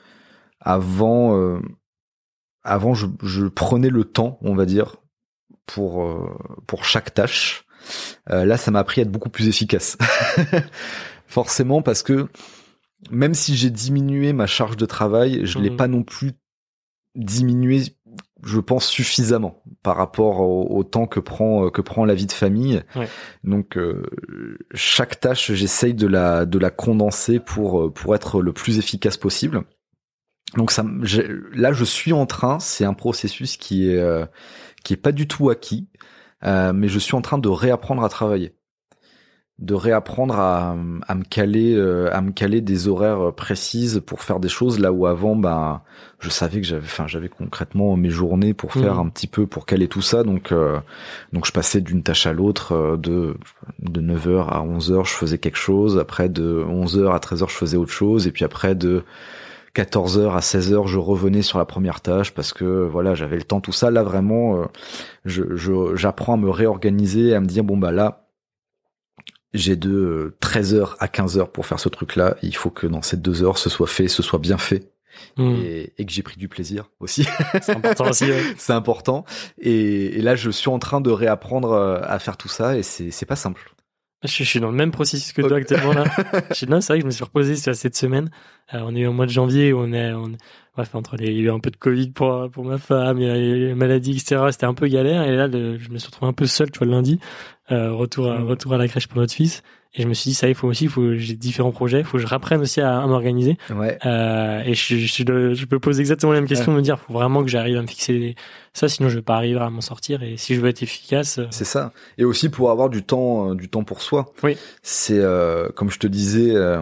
[SPEAKER 2] avant euh, avant je je prenais le temps, on va dire, pour euh, pour chaque tâche. Euh, là ça m'a appris à être beaucoup plus efficace. Forcément, parce que même si j'ai diminué ma charge de travail, je mmh. l'ai pas non plus diminué, je pense, suffisamment par rapport au, au temps que prend que prend la vie de famille.
[SPEAKER 1] Ouais.
[SPEAKER 2] Donc euh, chaque tâche, j'essaye de la de la condenser pour pour être le plus efficace possible. Donc ça, là, je suis en train. C'est un processus qui est euh, qui est pas du tout acquis, euh, mais je suis en train de réapprendre à travailler. de réapprendre à, à me caler euh, à me caler des horaires précises pour faire des choses là où avant bah je savais que j'avais enfin j'avais concrètement mes journées pour faire mmh. un petit peu pour caler tout ça, donc euh, donc je passais d'une tâche à l'autre, euh, de de neuf heures à onze heures je faisais quelque chose, après de onze heures à treize heures je faisais autre chose, et puis après de quatorze heures à seize heures je revenais sur la première tâche parce que voilà, j'avais le temps. Tout ça là vraiment euh, je je j'apprends à me réorganiser, à me dire bon bah là j'ai de treize heures à quinze heures pour faire ce truc-là. Il faut que dans ces deux heures, ce soit fait, ce soit bien fait. Mmh. Et, et que j'ai pris du plaisir aussi.
[SPEAKER 1] C'est important aussi, ouais.
[SPEAKER 2] C'est important. Et, et là, je suis en train de réapprendre à faire tout ça, et c'est, c'est pas simple.
[SPEAKER 1] Je, je suis dans le même processus que toi okay. actuellement, là. je suis, non, c'est vrai que je me suis reposé sur cette semaine. Euh, on est eu un mois de janvier où on est, on, bref, entre les, il y a eu un peu de Covid pour, pour ma femme, il y a eu les maladies, et cetera. C'était un peu galère. Et là, le, je me suis retrouvé un peu seul, tu vois, le lundi. Euh, retour à, mmh. retour à la crèche pour notre fils. Et je me suis dit, ça y est, faut aussi, faut, j'ai différents projets, faut que je rapprenne aussi à, à m'organiser.
[SPEAKER 2] Ouais.
[SPEAKER 1] Euh, et je, je, je, je peux poser exactement la même question, ouais. me dire, faut vraiment que j'arrive à me fixer ça, sinon je vais pas arriver à m'en sortir. Et si je veux être efficace. Euh...
[SPEAKER 2] C'est ça. Et aussi pour avoir du temps, euh, du temps pour soi.
[SPEAKER 1] Oui.
[SPEAKER 2] C'est, euh, comme je te disais, euh,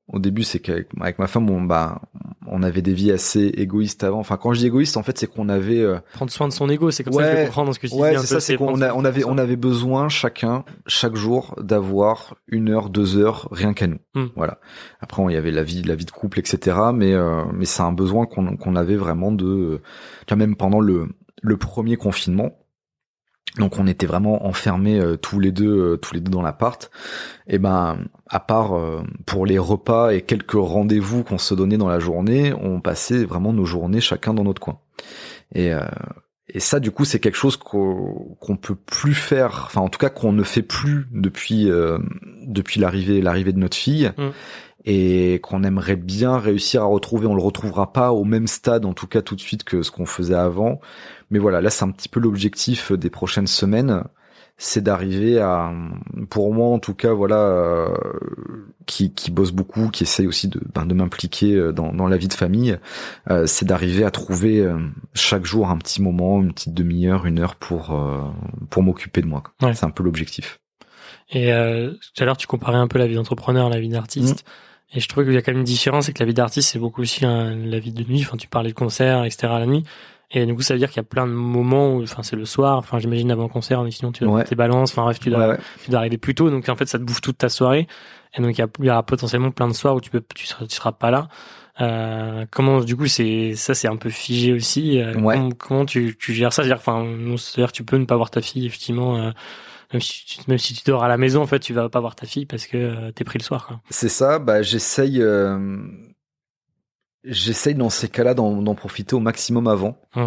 [SPEAKER 2] au début, c'est qu'avec avec ma femme, on, bah, on avait des vies assez égoïstes avant. Enfin, quand je dis égoïste, en fait, c'est qu'on avait euh...
[SPEAKER 1] prendre soin de son ego. C'est comme
[SPEAKER 2] ouais,
[SPEAKER 1] ça que je comprends dans ce que tu
[SPEAKER 2] ouais,
[SPEAKER 1] dis.
[SPEAKER 2] Ouais, c'est ça. C'est qu'on a, on avait, on avait besoin chacun, chaque jour, d'avoir une heure, deux heures, rien qu'à nous. Mm. Voilà. Après, il y avait la vie, la vie de couple, et cetera. Mais, euh, mais c'est un besoin qu'on, qu'on avait vraiment de, quand même pendant le, le premier confinement. Donc on était vraiment enfermés euh, tous les deux, euh, tous les deux dans l'appart. Et ben, à part euh, pour les repas et quelques rendez-vous qu'on se donnait dans la journée, on passait vraiment nos journées chacun dans notre coin. Et euh, et ça, du coup, c'est quelque chose qu'on qu'on peut plus faire. Enfin, en tout cas, qu'on ne fait plus depuis euh, depuis l'arrivée l'arrivée de notre fille. Mmh. Et qu'on aimerait bien réussir à retrouver. On le retrouvera pas au même stade, en tout cas tout de suite, que ce qu'on faisait avant. Mais voilà, là c'est un petit peu l'objectif des prochaines semaines, c'est d'arriver à, pour moi en tout cas, voilà, euh, qui, qui bosse beaucoup, qui essaye aussi de, ben, de m'impliquer dans, dans la vie de famille, euh, c'est d'arriver à trouver euh, chaque jour un petit moment, une petite demi-heure, une heure pour euh, pour m'occuper de moi. Ouais. C'est un peu l'objectif.
[SPEAKER 1] Et euh, tout à l'heure tu comparais un peu la vie d'entrepreneur à la vie d'artiste. Mmh. Et je trouve qu'il y a quand même une différence, c'est que la vie d'artiste, c'est beaucoup aussi hein, la vie de nuit. Enfin, tu parlais de concert, et cetera la nuit. Et du coup, ça veut dire qu'il y a plein de moments où, enfin, c'est le soir. Enfin, j'imagine avant le concert, mais sinon tu dois ouais. tes balances. Enfin, bref, tu dois, ouais, ouais. tu dois arriver plus tôt. Donc, en fait, ça te bouffe toute ta soirée. Et donc, il y, a, il y aura potentiellement plein de soirs où tu peux, tu seras, tu seras pas là. Euh, comment, du coup, c'est, ça, c'est un peu figé aussi. Euh, ouais. Comment, comment tu, tu gères ça? C'est-à-dire, enfin, c'est-à-dire, tu peux ne pas voir ta fille, effectivement, euh, Même si, tu, même si tu dors à la maison, en fait, tu vas pas voir ta fille parce que euh, t'es pris le soir, quoi.
[SPEAKER 2] C'est ça, bah, j'essaye, euh, j'essaye dans ces cas-là d'en, d'en profiter au maximum avant. Hum.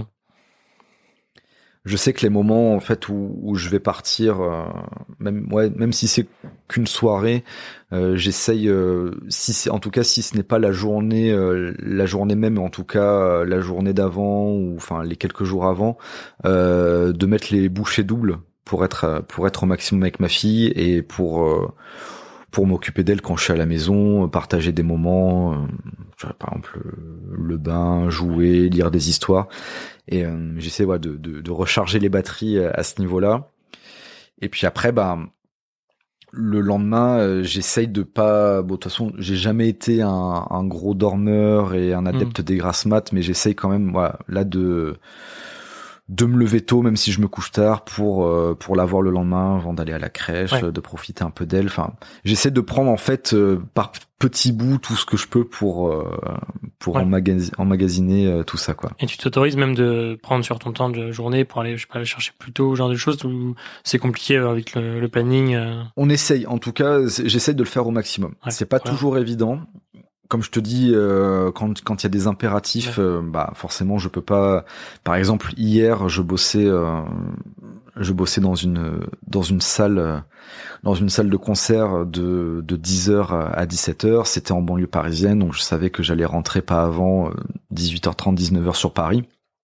[SPEAKER 2] Je sais que les moments, en fait, où, où je vais partir, euh, même, ouais, même si c'est qu'une soirée, euh, j'essaye, euh, si c'est, en tout cas, si ce n'est pas la journée, euh, la journée même, en tout cas, euh, la journée d'avant ou, enfin, les quelques jours avant, euh, de mettre les bouchées doubles. pour être pour être au maximum avec ma fille et pour euh, pour m'occuper d'elle quand je suis à la maison, partager des moments, euh, par exemple le bain, jouer, lire des histoires et euh, j'essaie ouais, de, de de recharger les batteries à ce niveau-là. Et puis après bah le lendemain, euh, j'essaye de pas bon de toute façon, j'ai jamais été un un gros dormeur et un adepte mmh. des grasses mat, mais j'essaye quand même voilà, là de de me lever tôt, même si je me couche tard, pour euh, pour la voir le lendemain, avant d'aller à la crèche, ouais. de profiter un peu d'elle. Enfin, j'essaie de prendre en fait euh, par petits bouts tout ce que je peux pour euh, pour ouais. emmagasiner, emmagasiner euh, tout ça, quoi.
[SPEAKER 1] Et tu t'autorises même de prendre sur ton temps de journée pour aller, je sais pas, aller chercher plus tôt, genre de choses, ou c'est compliqué avec le, le planning. Euh...
[SPEAKER 2] On essaye, en tout cas, j'essaye de le faire au maximum. Ouais, c'est pas ouais. toujours évident. Comme je te dis, euh, quand quand il y a des impératifs, ouais. euh, bah forcément je peux pas. Par exemple, hier, je bossais, euh, je bossais dans une dans une salle, euh, dans une salle de concert de de dix heures à dix-sept heures. C'était en banlieue parisienne, donc je savais que j'allais rentrer pas avant dix-huit heures trente, dix-neuf heures sur Paris.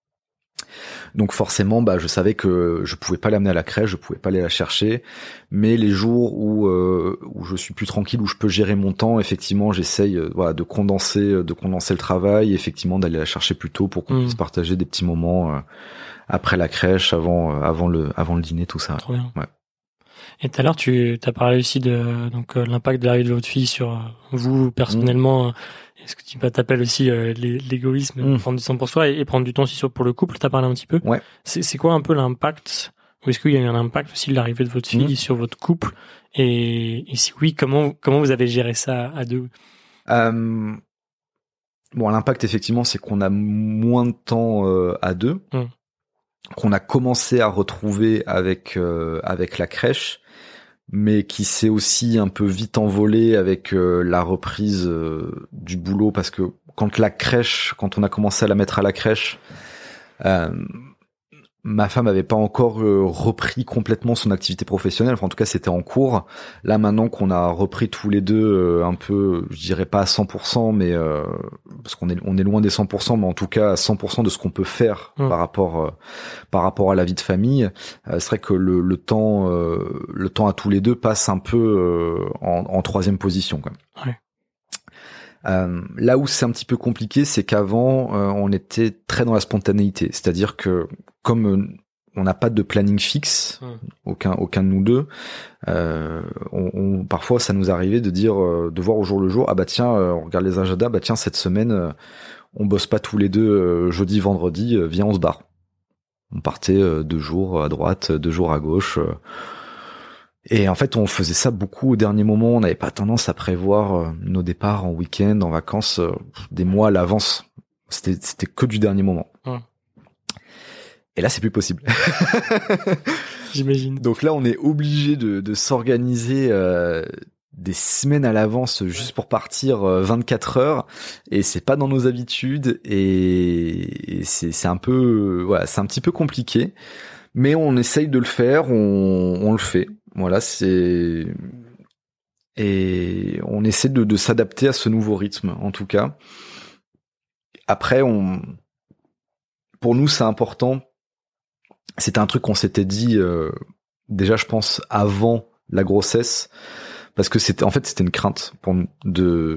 [SPEAKER 2] Donc forcément, bah, je savais que je pouvais pas l'amener à la crèche, je pouvais pas aller la chercher. Mais les jours où euh, où je suis plus tranquille, où je peux gérer mon temps, effectivement, j'essaye, euh, voilà, de condenser, de condenser le travail, effectivement, d'aller la chercher plus tôt pour qu'on mmh. puisse partager des petits moments euh, après la crèche, avant, euh, avant le, avant le dîner, tout ça.
[SPEAKER 1] Trop bien.
[SPEAKER 2] Ouais.
[SPEAKER 1] Et tout à l'heure, tu as parlé aussi de donc euh, l'impact de l'arrivée de votre fille sur euh, vous personnellement. Mmh. Est-ce que tu t'appelles aussi euh, l'égoïsme, mmh. prendre du temps pour soi et, et prendre du temps aussi sur, pour le couple? T'as parlé un petit peu.
[SPEAKER 2] Ouais.
[SPEAKER 1] C'est, c'est quoi un peu l'impact, ou est-ce qu'il y a eu un impact aussi de l'arrivée de votre fille mmh. sur votre couple? Et, et si oui, comment comment vous avez géré ça à deux?
[SPEAKER 2] euh, Bon, l'impact effectivement, c'est qu'on a moins de temps euh, à deux, mmh. qu'on a commencé à retrouver avec euh, avec la crèche, mais qui s'est aussi un peu vite envolé avec euh, la reprise euh, du boulot, parce que quand la crèche, quand on a commencé à la mettre à la crèche, euh, ma femme avait pas encore euh, repris complètement son activité professionnelle. Enfin, en tout cas, c'était en cours. Là, maintenant qu'on a repris tous les deux euh, un peu, je dirais pas à cent pour cent, mais euh, parce qu'on est on est loin des cent pour cent, mais en tout cas à cent pour cent de ce qu'on peut faire mmh. par rapport euh, par rapport à la vie de famille. Euh, c'est vrai que le, le temps euh, le temps à tous les deux passe un peu euh, en, en troisième position, quand même.
[SPEAKER 1] Ouais.
[SPEAKER 2] Euh, là où c'est un petit peu compliqué, c'est qu'avant, euh, on était très dans la spontanéité. C'est-à-dire que, comme euh, on n'a pas de planning fixe, mmh. aucun aucun de nous deux. Euh, on, on, parfois, ça nous arrivait de dire, euh, de voir au jour le jour, ah bah tiens, euh, on regarde les agendas, bah tiens cette semaine, euh, on bosse pas tous les deux euh, jeudi, vendredi, euh, viens on se barre. On partait euh, deux jours à droite, deux jours à gauche. Euh, et en fait, on faisait ça beaucoup au dernier moment. On n'avait pas tendance à prévoir euh, nos départs en week-end, en vacances, euh, des mois à l'avance. C'était c'était que du dernier moment. Mmh. Et là, c'est plus possible.
[SPEAKER 1] J'imagine.
[SPEAKER 2] Donc là, on est obligé de, de s'organiser euh, des semaines à l'avance juste pour partir euh, vingt-quatre heures. Et c'est pas dans nos habitudes. Et, et c'est, c'est un peu, euh, voilà, c'est un petit peu compliqué. Mais on essaye de le faire. On, on le fait. Voilà, c'est et on essaie de, de s'adapter à ce nouveau rythme, en tout cas. Après, on, pour nous, c'est important. C'était un truc qu'on s'était dit euh, déjà, je pense, avant la grossesse, parce que c'était en fait c'était une crainte pour nous de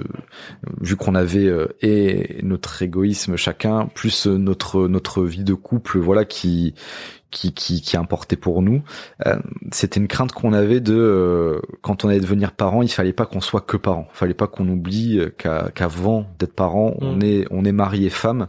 [SPEAKER 2] vu qu'on avait euh, et notre égoïsme chacun plus notre notre vie de couple, voilà, qui qui qui qui importait pour nous. Euh, c'était une crainte qu'on avait de euh, quand on allait devenir parents, il fallait pas qu'on soit que parents, il fallait pas qu'on oublie qu'à, qu'avant d'être parents, mmh. on est on est mari et femme.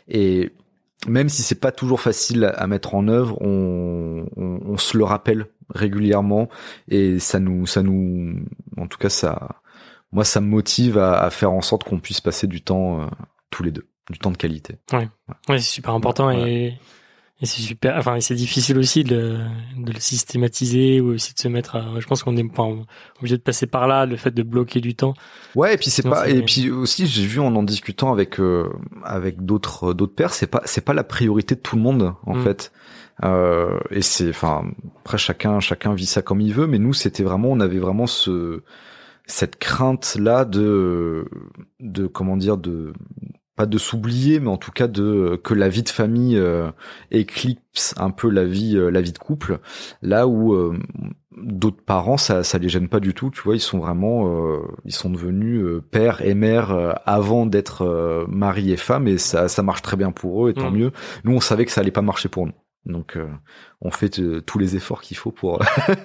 [SPEAKER 2] Et même si c'est pas toujours facile à mettre en œuvre, on, on, on se le rappelle régulièrement et ça nous, ça nous, en tout cas ça, moi ça me motive à, à faire en sorte qu'on puisse passer du temps euh, tous les deux, du temps de qualité.
[SPEAKER 1] Ouais, ouais, ouais c'est super important ouais, et, ouais. et c'est super, enfin et c'est difficile aussi de, de le systématiser ou aussi de se mettre. À, je pense qu'on est enfin, obligé de passer par là, le fait de bloquer du temps.
[SPEAKER 2] Ouais, et puis c'est Sinon, pas, c'est... et puis aussi j'ai vu en en discutant avec euh, avec d'autres d'autres pères, c'est pas c'est pas la priorité de tout le monde en mmh. fait. Euh, et c'est, enfin après chacun chacun vit ça comme il veut, mais nous c'était vraiment, on avait vraiment ce cette crainte là de de comment dire de pas de s'oublier, mais en tout cas de que la vie de famille euh, éclipse un peu la vie euh, la vie de couple, là où euh, d'autres parents ça ça les gêne pas du tout, tu vois, ils sont vraiment euh, ils sont devenus euh, père et mère euh, avant d'être euh, mari et femme, et ça ça marche très bien pour eux et tant mmh. mieux. Nous on savait que ça allait pas marcher pour nous, donc euh, on fait euh, tous les efforts qu'il faut pour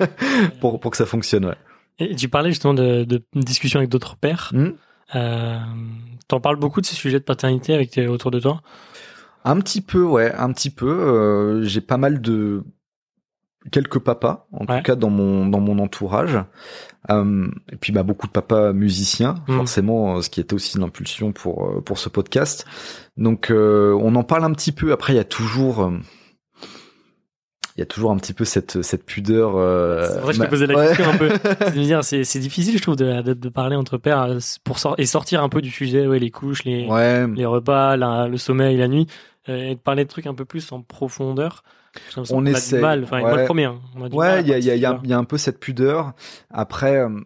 [SPEAKER 2] pour pour que ça fonctionne. Ouais.
[SPEAKER 1] Et tu parlais justement de, de discussions avec d'autres pères. Mmh. Euh, t'en parles beaucoup de ces sujets de paternité avec tes, autour de toi?
[SPEAKER 2] Un petit peu, ouais, un petit peu. Euh, j'ai pas mal de quelques papas, en ouais. tout cas dans mon dans mon entourage. Euh, et puis bah beaucoup de papas musiciens, mmh. forcément, ce qui était aussi l'impulsion pour pour ce podcast. Donc euh, on en parle un petit peu. Après, il y a toujours euh, il y a toujours un petit peu cette cette pudeur. Euh,
[SPEAKER 1] c'est vrai, je t'ai posé la question ouais. un peu. C'est de dire, c'est c'est difficile, je trouve, de de, de parler entre pères pour sor- et sortir un peu du sujet, ouais, les couches, les
[SPEAKER 2] ouais.
[SPEAKER 1] les repas, la, le sommeil, la nuit, euh, et de parler de trucs un peu plus en profondeur.
[SPEAKER 2] On essaie.
[SPEAKER 1] A du mal, enfin, ouais. moi le premier. Hein. On a du
[SPEAKER 2] ouais, il y a il y a il y a il y a un peu cette pudeur. Après, euh,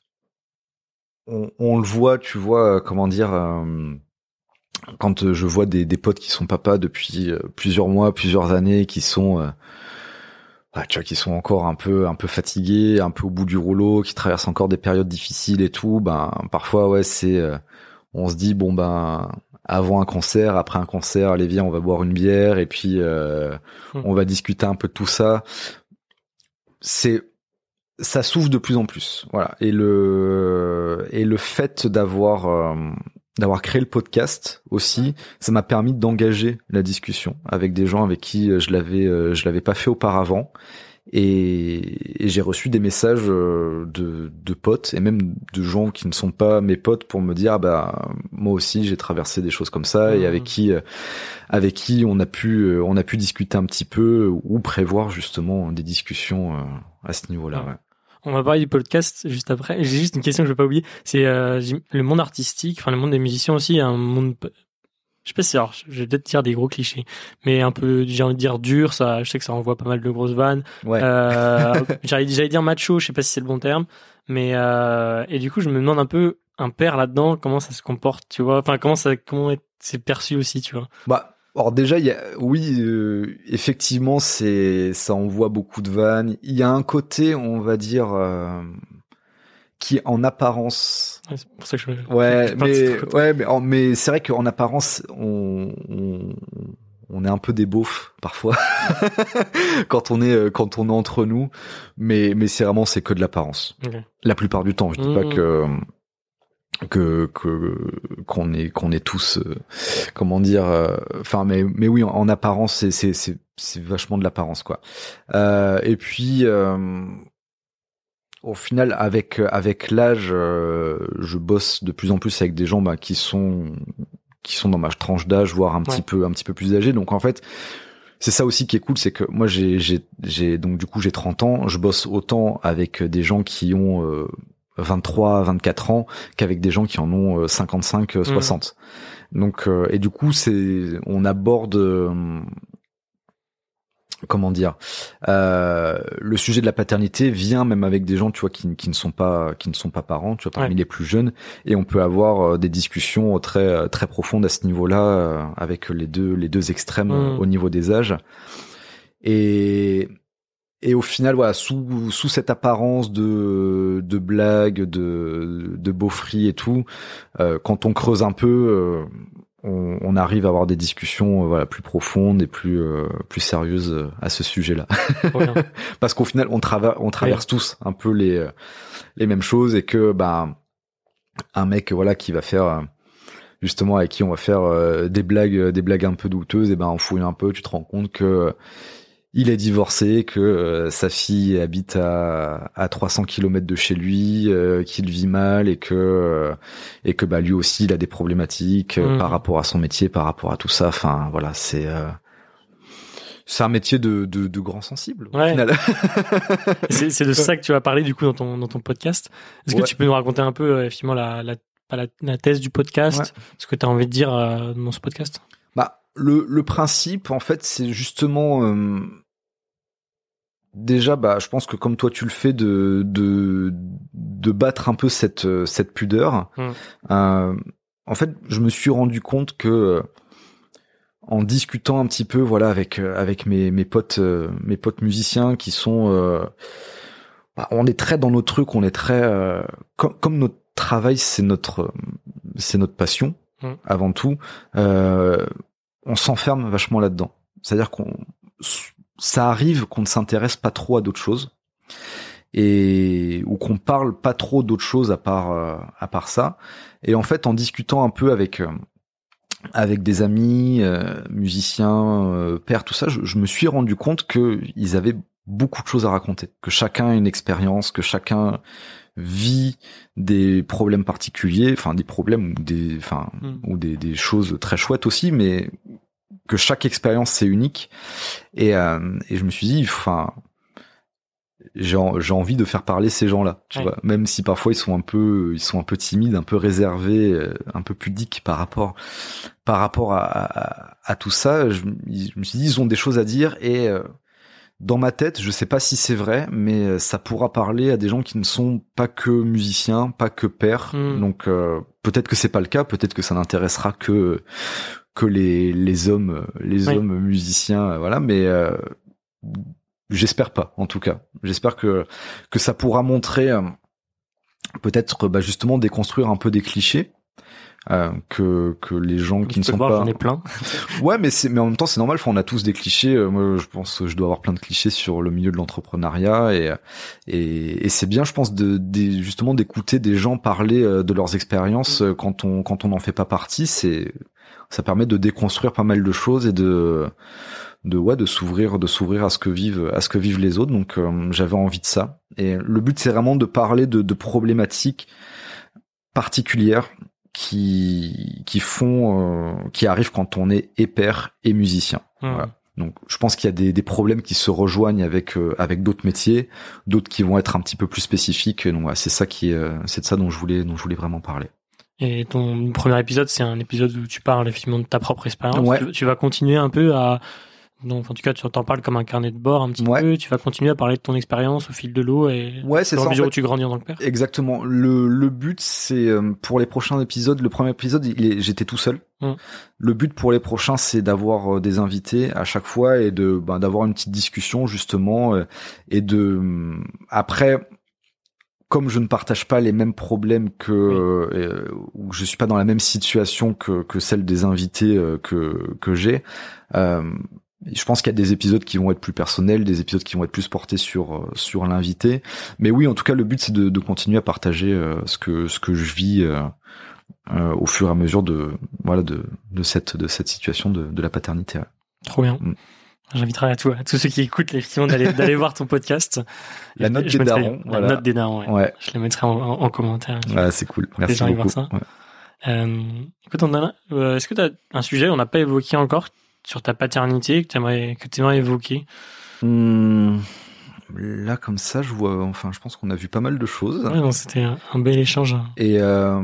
[SPEAKER 2] on on le voit, tu vois, euh, comment dire. Euh, quand je vois des des potes qui sont papas depuis euh, plusieurs mois, plusieurs années, qui sont euh, Ah, tu vois, qui sont encore un peu un peu fatigués, un peu au bout du rouleau, qui traversent encore des périodes difficiles et tout, ben parfois ouais c'est euh, on se dit bon ben avant un concert, après un concert, allez viens on va boire une bière et puis euh, mmh. on va discuter un peu de tout ça. C'est ça s'ouvre de plus en plus, voilà. Et le et le fait d'avoir euh, d'avoir créé le podcast aussi, ça m'a permis d'engager la discussion avec des gens avec qui je l'avais je l'avais pas fait auparavant, et, et j'ai reçu des messages de de potes et même de gens qui ne sont pas mes potes pour me dire ah bah moi aussi j'ai traversé des choses comme ça, mmh. et avec qui avec qui on a pu on a pu discuter un petit peu ou prévoir justement des discussions à ce niveau-là. Ouais.
[SPEAKER 1] On va parler du podcast juste après. J'ai juste une question que je vais pas oublier. C'est euh, le monde artistique, enfin le monde des musiciens aussi, un monde, je sais pas si alors, je vais peut-être dire des gros clichés, mais un peu, j'ai envie de dire dur. Ça, je sais que ça envoie pas mal de grosses vannes.
[SPEAKER 2] Ouais.
[SPEAKER 1] Euh, j'allais, j'allais dire macho, je sais pas si c'est le bon terme, mais euh, et du coup je me demande un peu un père là-dedans, comment ça se comporte, tu vois. Enfin comment ça, comment c'est perçu aussi, tu vois.
[SPEAKER 2] Bah. Alors déjà, il y a, oui, euh, effectivement, c'est, ça envoie beaucoup de vannes. Il y a un côté, on va dire, euh, qui en apparence.
[SPEAKER 1] Ouais, c'est pour ça que je.
[SPEAKER 2] Ouais, mais ouais, mais, en, mais c'est vrai qu'en apparence, on, on, on on est un peu des beaufs parfois quand on est quand on est entre nous, mais mais c'est vraiment c'est que de l'apparence. Okay. La plupart du temps, je dis mmh. pas que que que qu'on est qu'on est tous euh, comment dire enfin euh, mais mais oui en, en apparence c'est c'est c'est c'est vachement de l'apparence quoi. Euh, et puis euh, au final avec avec l'âge euh, je bosse de plus en plus avec des gens bah, qui sont qui sont dans ma tranche d'âge voire un ouais. petit peu un petit peu plus âgés, donc en fait c'est ça aussi qui est cool, c'est que moi j'ai j'ai j'ai donc du coup j'ai trente ans, je bosse autant avec des gens qui ont euh, vingt-trois, vingt-quatre ans qu'avec des gens qui en ont cinquante-cinq, soixante. Mmh. Donc euh, et du coup c'est on aborde euh, comment dire euh, le sujet de la paternité vient même avec des gens tu vois qui, qui ne sont pas qui ne sont pas parents, tu vois parmi ouais. les plus jeunes, et on peut avoir euh, des discussions très très profondes à ce niveau-là euh, avec les deux les deux extrêmes mmh. euh, au niveau des âges. Et Et au final, voilà, sous sous cette apparence de de blague, de de beaufrie et tout, euh, quand on creuse un peu, euh, on, on arrive à avoir des discussions, euh, voilà, plus profondes et plus euh, plus sérieuses à ce sujet-là. Ouais. Parce qu'au final, on trava- on traverse ouais. tous un peu les les mêmes choses, et que bah un mec, voilà, qui va faire justement avec qui on va faire euh, des blagues des blagues un peu douteuses, et ben on fouille un peu, tu te rends compte que il est divorcé, que euh, sa fille habite à à trois cents kilomètres de chez lui, euh, qu'il vit mal, et que euh, et que bah lui aussi il a des problématiques euh, mmh. par rapport à son métier, par rapport à tout ça. Enfin voilà, c'est euh, c'est un métier de de, de grand sensible au ouais. final.
[SPEAKER 1] c'est c'est de ça que tu vas parler du coup dans ton dans ton podcast. Est-ce ouais. que tu peux nous raconter un peu effectivement la la la, la thèse du podcast, ouais. ce que tu as envie de dire euh, dans ce podcast?
[SPEAKER 2] Bah Le, le principe, en fait, c'est justement euh, déjà, bah, je pense que comme toi tu le fais, de de de battre un peu cette cette pudeur. Mmh. Euh, en fait, je me suis rendu compte que euh, en discutant un petit peu, voilà, avec avec mes mes potes euh, mes potes musiciens qui sont, euh, bah, on est très dans nos trucs, on est très euh, comme comme notre travail, c'est notre c'est notre passion mmh. avant tout. Euh, on s'enferme vachement là-dedans. C'est-à-dire qu'on, ça arrive qu'on ne s'intéresse pas trop à d'autres choses, et ou qu'on parle pas trop d'autres choses à part euh, à part ça. Et en fait, en discutant un peu avec euh, avec des amis euh, musiciens, euh, pères, tout ça, je, je me suis rendu compte que ils avaient beaucoup de choses à raconter, que chacun a une expérience, que chacun vit des problèmes particuliers, enfin des problèmes ou des, enfin mmh. ou des, des choses très chouettes aussi, mais que chaque expérience c'est unique. Et, euh, et je me suis dit, enfin, j'ai, j'ai envie de faire parler ces gens-là, tu ouais. vois, même si parfois ils sont un peu, ils sont un peu timides, un peu réservés, un peu pudiques par rapport, par rapport à, à, à tout ça. Je, je me suis dit, ils ont des choses à dire, et euh, dans ma tête, je sais pas si c'est vrai, mais ça pourra parler à des gens qui ne sont pas que musiciens, pas que pères. Mmh. Donc euh, peut-être que c'est pas le cas, peut-être que ça n'intéressera que que les les hommes, les oui. hommes musiciens, voilà. Mais euh, j'espère pas, en tout cas. J'espère que que ça pourra montrer, euh, peut-être, bah, justement déconstruire un peu des clichés. Euh, que que les gens qui ne sont
[SPEAKER 1] voir,
[SPEAKER 2] pas,
[SPEAKER 1] j'en ai plein.
[SPEAKER 2] ouais, mais c'est mais en même temps c'est normal. Enfin, on a tous des clichés. Euh, moi, je pense que je dois avoir plein de clichés sur le milieu de l'entrepreneuriat, et et, et c'est bien, je pense, de, de justement d'écouter des gens parler de leurs expériences mmh. quand on quand on n'en fait pas partie. C'est ça permet de déconstruire pas mal de choses, et de de ouais de s'ouvrir de s'ouvrir à ce que vivent à ce que vivent les autres. Donc euh, j'avais envie de ça. Et le but, c'est vraiment de parler de, de problématiques particulières qui qui font euh, qui arrivent quand on est et père et musicien. Mmh. Voilà. Donc je pense qu'il y a des des problèmes qui se rejoignent avec euh, avec d'autres métiers, d'autres qui vont être un petit peu plus spécifiques. Donc voilà, c'est ça qui euh, c'est de ça dont je voulais dont je voulais vraiment parler.
[SPEAKER 1] Et ton premier épisode, c'est un épisode où tu parles effectivement de ta propre expérience.
[SPEAKER 2] Ouais.
[SPEAKER 1] Tu, tu vas continuer un peu à donc en tout cas tu t'en parles comme un carnet de bord un petit ouais. peu, tu vas continuer à parler de ton expérience au fil de l'eau, et
[SPEAKER 2] ouais, c'est
[SPEAKER 1] au
[SPEAKER 2] ça,
[SPEAKER 1] mesure
[SPEAKER 2] en fait,
[SPEAKER 1] où tu grandis en tant que père.
[SPEAKER 2] Exactement. Le le but, c'est euh, pour les prochains épisodes, le premier épisode, il est, j'étais tout seul. Mmh. Le but pour les prochains, c'est d'avoir euh, des invités à chaque fois, et de ben d'avoir une petite discussion justement, euh, et de après comme je ne partage pas les mêmes problèmes que oui. euh, ou je suis pas dans la même situation que que celle des invités euh, que que j'ai, euh, je pense qu'il y a des épisodes qui vont être plus personnels, des épisodes qui vont être plus portés sur sur l'invité. Mais oui, en tout cas, le but c'est de, de continuer à partager euh, ce que ce que je vis euh, euh, au fur et à mesure de voilà de de cette de cette situation de de la paternité. Ouais.
[SPEAKER 1] Trop bien. Mm. J'inviterai à, tout, à tous ceux qui écoutent effectivement d'aller d'aller voir ton podcast.
[SPEAKER 2] La note des darons.
[SPEAKER 1] La
[SPEAKER 2] voilà.
[SPEAKER 1] note des darons. Ouais. ouais. Je la mettrai en, en, en commentaire.
[SPEAKER 2] Ah, c'est cool. Merci beaucoup.
[SPEAKER 1] Voir ça. Ouais. Euh, écoute, on a, euh, est-ce que tu as un sujet on n'a pas évoqué encore sur ta paternité que tu aimerais que tu aimerais évoquer?
[SPEAKER 2] Hum, là, comme ça, je vois. Enfin, je pense qu'on a vu pas mal de choses.
[SPEAKER 1] Ouais, non, c'était un, un bel échange.
[SPEAKER 2] Et euh,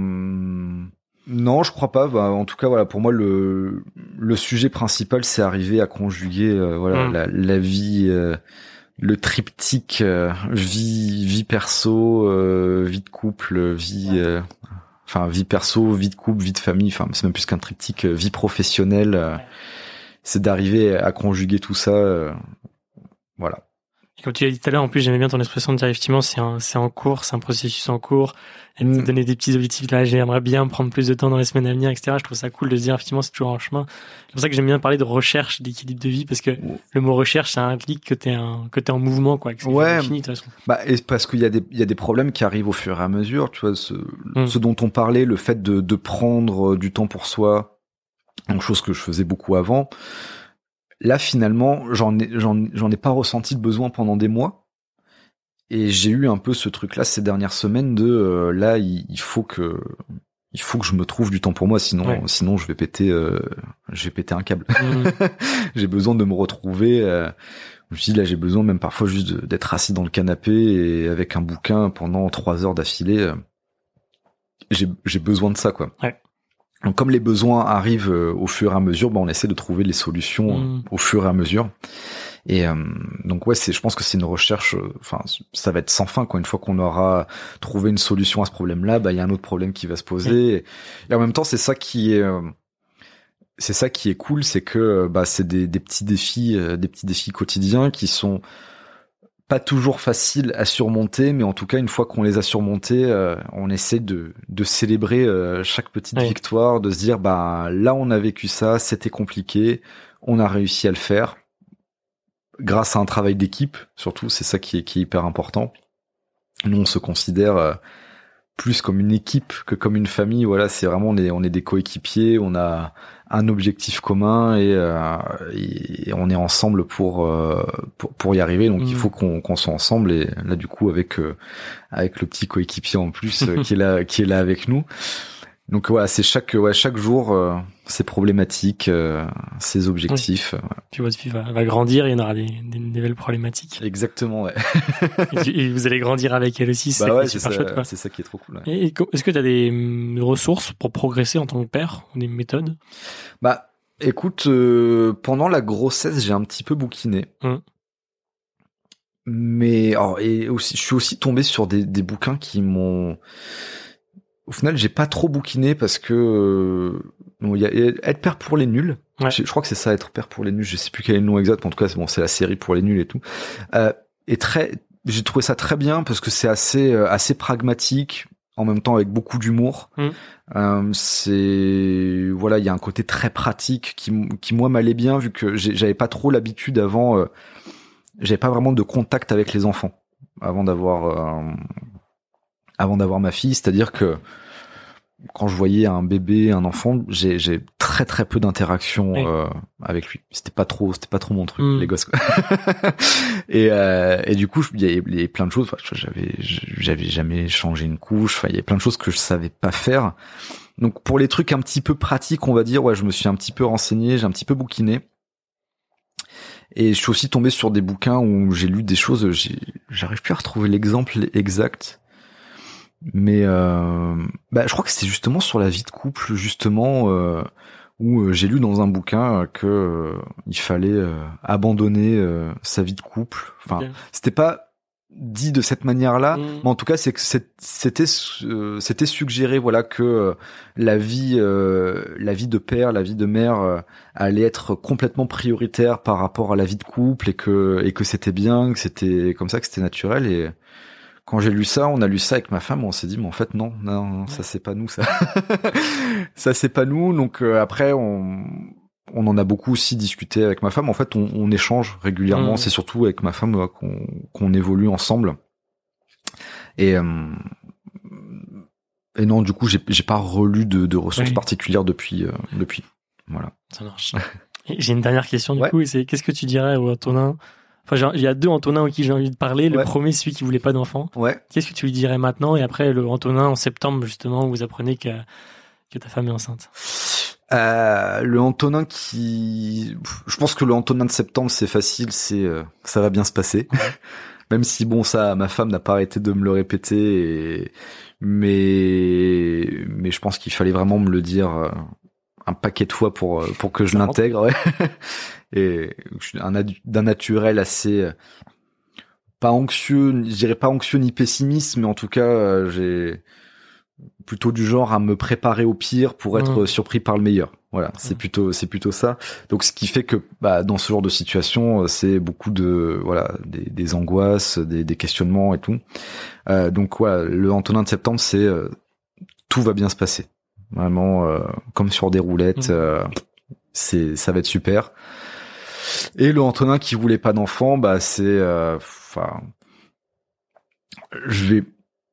[SPEAKER 2] non, je crois pas. Bah, en tout cas, voilà, pour moi, le le sujet principal, c'est arriver à conjuguer, euh, voilà, mmh. la, la vie, euh, le triptyque euh, vie vie perso, euh, vie de couple, vie, euh, enfin vie perso, vie de couple, vie de famille. Enfin, c'est même plus qu'un triptyque, vie professionnelle. Euh, ouais. C'est d'arriver à conjuguer tout ça, euh, voilà.
[SPEAKER 1] Et comme tu l'as dit tout à l'heure, en plus, j'aimais bien ton expression de dire effectivement, c'est un, c'est en cours, c'est un processus en cours. Et de mmh. te donner des petits objectifs. Là, j'aimerais bien prendre plus de temps dans les semaines à venir, et cetera. Je trouve ça cool de se dire effectivement, c'est toujours un chemin. C'est pour ça que j'aime bien parler de recherche, d'équilibre de vie, parce que mmh. le mot recherche, ça implique que t'es un, que t'es en mouvement, quoi. Que c'est
[SPEAKER 2] ouais.
[SPEAKER 1] Fini, de toute façon.
[SPEAKER 2] Bah, et parce qu'il y a des, il y a des problèmes qui arrivent au fur et à mesure, tu vois, ce, mmh. ce dont on parlait, le fait de, de prendre du temps pour soi, une chose que je faisais beaucoup avant. Là, finalement, j'en ai, j'en, j'en ai pas ressenti le besoin pendant des mois. Et j'ai eu un peu ce truc-là ces dernières semaines de euh, là, il, il faut que, il faut que je me trouve du temps pour moi, sinon, ouais. sinon je vais péter, euh, je vais péter un câble. Mmh. J'ai besoin de me retrouver. Euh, je me dis là, j'ai besoin même parfois juste de, d'être assis dans le canapé et avec un bouquin pendant trois heures d'affilée. Euh, j'ai, j'ai besoin de ça, quoi.
[SPEAKER 1] Ouais.
[SPEAKER 2] Donc comme les besoins arrivent euh, au fur et à mesure, bah on essaie de trouver les solutions mmh. euh, au fur et à mesure. Et euh, donc ouais, c'est, je pense que c'est une recherche. Enfin, euh, ça va être sans fin, quoi. Une fois qu'on aura trouvé une solution à ce problème-là, bah il y a un autre problème qui va se poser. Mmh. Et, et en même temps, c'est ça qui est, euh, c'est ça qui est cool, c'est que bah c'est des, des petits défis, euh, des petits défis quotidiens qui sont pas toujours faciles à surmonter, mais en tout cas, une fois qu'on les a surmontés, euh, on essaie de, de célébrer euh, chaque petite oui. victoire, de se dire bah là on a vécu ça, c'était compliqué, on a réussi à le faire. Grâce à un travail d'équipe, surtout, c'est ça qui est, qui est hyper important. Nous, on se considère euh, plus comme une équipe que comme une famille. Voilà, c'est vraiment, on est, on est des coéquipiers, on a un objectif commun et, euh, et on est ensemble pour, euh, pour, pour y arriver. Donc, mmh. il faut qu'on, qu'on soit ensemble. Et là, du coup, avec, euh, avec le petit coéquipier en plus euh, qui est là, qui est là avec nous. Donc voilà, c'est chaque ouais chaque jour euh, ses problématiques, euh, ses objectifs.
[SPEAKER 1] Oui. Ouais. Puis votre fille va, va grandir, il y en aura des, des nouvelles problématiques.
[SPEAKER 2] Exactement, ouais.
[SPEAKER 1] et, tu, et vous allez grandir avec elle aussi, c'est
[SPEAKER 2] bah
[SPEAKER 1] ça
[SPEAKER 2] ouais,
[SPEAKER 1] qui est super
[SPEAKER 2] ça,
[SPEAKER 1] chouette, quoi.
[SPEAKER 2] C'est ça qui est trop cool. Ouais.
[SPEAKER 1] Et, et est-ce que tu as des hum, ressources pour progresser en tant que père, ou des méthodes?
[SPEAKER 2] Bah, écoute, euh, pendant la grossesse, j'ai un petit peu bouquiné. Hum. Mais alors, et aussi, je suis aussi tombé sur des, des bouquins qui m'ont. Au final, j'ai pas trop bouquiné parce que euh, bon, y a être père pour les nuls. Ouais. Je, je crois que c'est ça, être père pour les nuls. Je sais plus quel est le nom exact. En tout cas, c'est bon, c'est la série pour les nuls et tout. Euh, et très, j'ai trouvé ça très bien parce que c'est assez, euh, assez pragmatique, en même temps avec beaucoup d'humour. Mmh. Euh, c'est voilà, il y a un côté très pratique qui, qui moi m'allait bien vu que j'avais pas trop l'habitude avant. Euh, j'avais pas vraiment de contact avec les enfants avant d'avoir. Euh, avant d'avoir ma fille, c'est-à-dire que quand je voyais un bébé, un enfant, j'ai, j'ai très très peu d'interaction oui. euh, avec lui. C'était pas trop, c'était pas trop mon truc, mmh. les gosses. Quoi. et euh, et du coup, il y avait plein de choses. Enfin, j'avais j'avais jamais changé une couche. Enfin, il y avait plein de choses que je savais pas faire. Donc pour les trucs un petit peu pratiques, on va dire, ouais, je me suis un petit peu renseigné, j'ai un petit peu bouquiné. Et je suis aussi tombé sur des bouquins où j'ai lu des choses. J'ai, j'arrive plus à retrouver l'exemple exact. Mais euh, bah, je crois que c'était justement sur la vie de couple, justement, euh, où euh, j'ai lu dans un bouquin que euh, il fallait euh, abandonner euh, sa vie de couple. Enfin, okay. C'était pas dit de cette manière-là, mmh. mais en tout cas, c'est que c'était euh, c'était suggéré, voilà, que euh, la vie, euh, la vie de père, la vie de mère euh, allait être complètement prioritaire par rapport à la vie de couple et que et que c'était bien, que c'était comme ça, que c'était naturel et quand j'ai lu ça, on a lu ça avec ma femme, on s'est dit mais en fait non, non, non ça c'est pas nous ça. Ça c'est pas nous. Donc euh, après on on en a beaucoup aussi discuté avec ma femme. En fait, on, on échange régulièrement. Mmh. C'est surtout avec ma femme euh, qu'on qu'on évolue ensemble. Et euh, et non, du coup, j'ai j'ai pas relu de de ressources oui. particulières depuis euh, depuis. Voilà.
[SPEAKER 1] Ça marche. J'ai une dernière question du ouais. coup, et c'est qu'est-ce que tu dirais au Antonin? Enfin, il y a deux Antonins aux qui j'ai envie de parler. Le ouais. premier, celui qui voulait pas d'enfant.
[SPEAKER 2] Ouais.
[SPEAKER 1] Qu'est-ce que tu lui dirais maintenant? Et après, le Antonin en septembre, justement, où vous apprenez que, que ta femme est enceinte.
[SPEAKER 2] Euh, le Antonin qui, je pense que le Antonin de septembre, c'est facile, c'est, euh, ça va bien se passer. Ouais. Même si bon, ça, ma femme n'a pas arrêté de me le répéter, et... mais, mais je pense qu'il fallait vraiment me le dire euh, un paquet de fois pour, pour que je l'intègre, ouais. Et un d'un naturel assez pas anxieux, je dirais pas anxieux ni pessimiste, mais en tout cas euh, j'ai plutôt du genre à me préparer au pire pour être mmh. surpris par le meilleur. Voilà, mmh. c'est plutôt c'est plutôt ça. Donc ce qui fait que bah dans ce genre de situation, c'est beaucoup de voilà des, des angoisses, des, des questionnements et tout. Euh, donc voilà, le Antonin de septembre, c'est euh, tout va bien se passer. Vraiment euh, comme sur des roulettes, mmh. euh, c'est ça va être super. Et le Antonin qui voulait pas d'enfant, bah c'est, enfin, euh, je vais,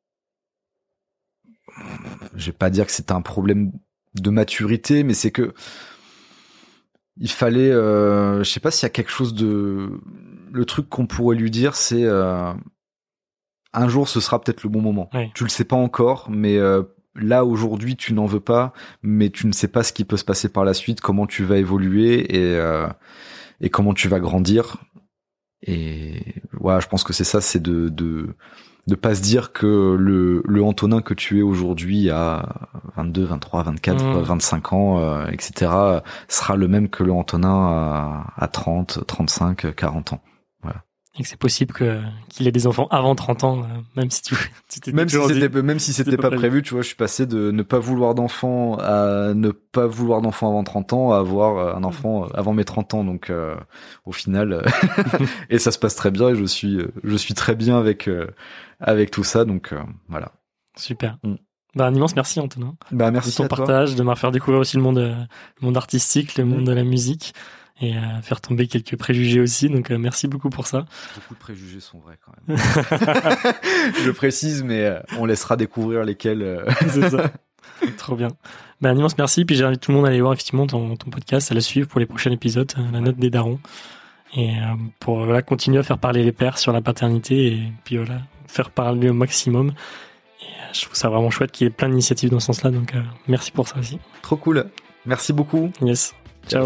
[SPEAKER 2] je vais pas dire que c'était un problème de maturité, mais c'est que il fallait, euh, je sais pas s'il y a quelque chose de, le truc qu'on pourrait lui dire, c'est euh, un jour ce sera peut-être le bon moment. Oui. Tu le sais pas encore, mais euh, là aujourd'hui tu n'en veux pas, mais tu ne sais pas ce qui peut se passer par la suite, comment tu vas évoluer et euh, et comment tu vas grandir. Et voilà, je pense que c'est ça, c'est de de de pas se dire que le le Antonin que tu es aujourd'hui à vingt-deux, vingt-trois, vingt-quatre, mmh. vingt-cinq ans, euh, et cetera sera le même que le Antonin à, à trente, trente-cinq, quarante ans. Voilà.
[SPEAKER 1] Et que c'est possible que qu'il ait des enfants avant trente ans, euh, même si tu, tu
[SPEAKER 2] même si c'était dit, même si c'était pas prévu. prévu, tu vois, je suis passé de ne pas vouloir d'enfant à ne pas vouloir d'enfant avant trente ans à avoir un enfant avant mes trente ans. Donc euh, au final et ça se passe très bien et je suis je suis très bien avec euh, avec tout ça, donc euh, voilà.
[SPEAKER 1] Super. Mm. Bah, un immense merci Antonin.
[SPEAKER 2] Bah merci
[SPEAKER 1] de ton
[SPEAKER 2] à
[SPEAKER 1] partage,
[SPEAKER 2] toi.
[SPEAKER 1] de m'avoir fait découvrir aussi le monde euh, le monde artistique, le mm. monde de la musique. Et euh, faire tomber quelques préjugés aussi, donc euh, merci beaucoup pour ça.
[SPEAKER 2] Beaucoup de préjugés sont vrais quand même. Je le précise, mais euh, on laissera découvrir lesquels. Euh...
[SPEAKER 1] C'est ça. Trop bien. Ben, un immense merci, puis j'invite tout le monde à aller voir effectivement ton, ton podcast, à le suivre pour les prochains épisodes, La Note des Darons, et euh, pour voilà, continuer à faire parler les pères sur la paternité, et puis voilà, faire parler au maximum. Et euh, je trouve ça vraiment chouette qu'il y ait plein d'initiatives dans ce sens-là, donc euh, merci pour ça aussi.
[SPEAKER 2] Trop cool. Merci beaucoup.
[SPEAKER 1] Yes. Ciao.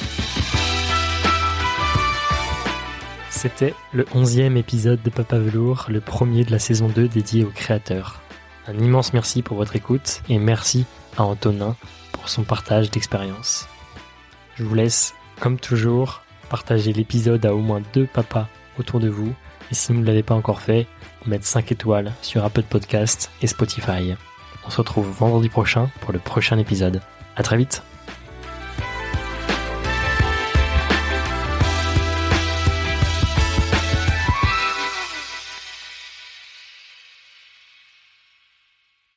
[SPEAKER 1] C'était le onzième épisode de Papa Velours, le premier de la saison deux dédié aux créateurs. Un immense merci pour votre écoute et merci à Antonin pour son partage d'expérience. Je vous laisse, comme toujours, partager l'épisode à au moins deux papas autour de vous et si vous ne l'avez pas encore fait, mettre cinq étoiles sur Apple Podcasts et Spotify. On se retrouve vendredi prochain pour le prochain épisode. À très vite.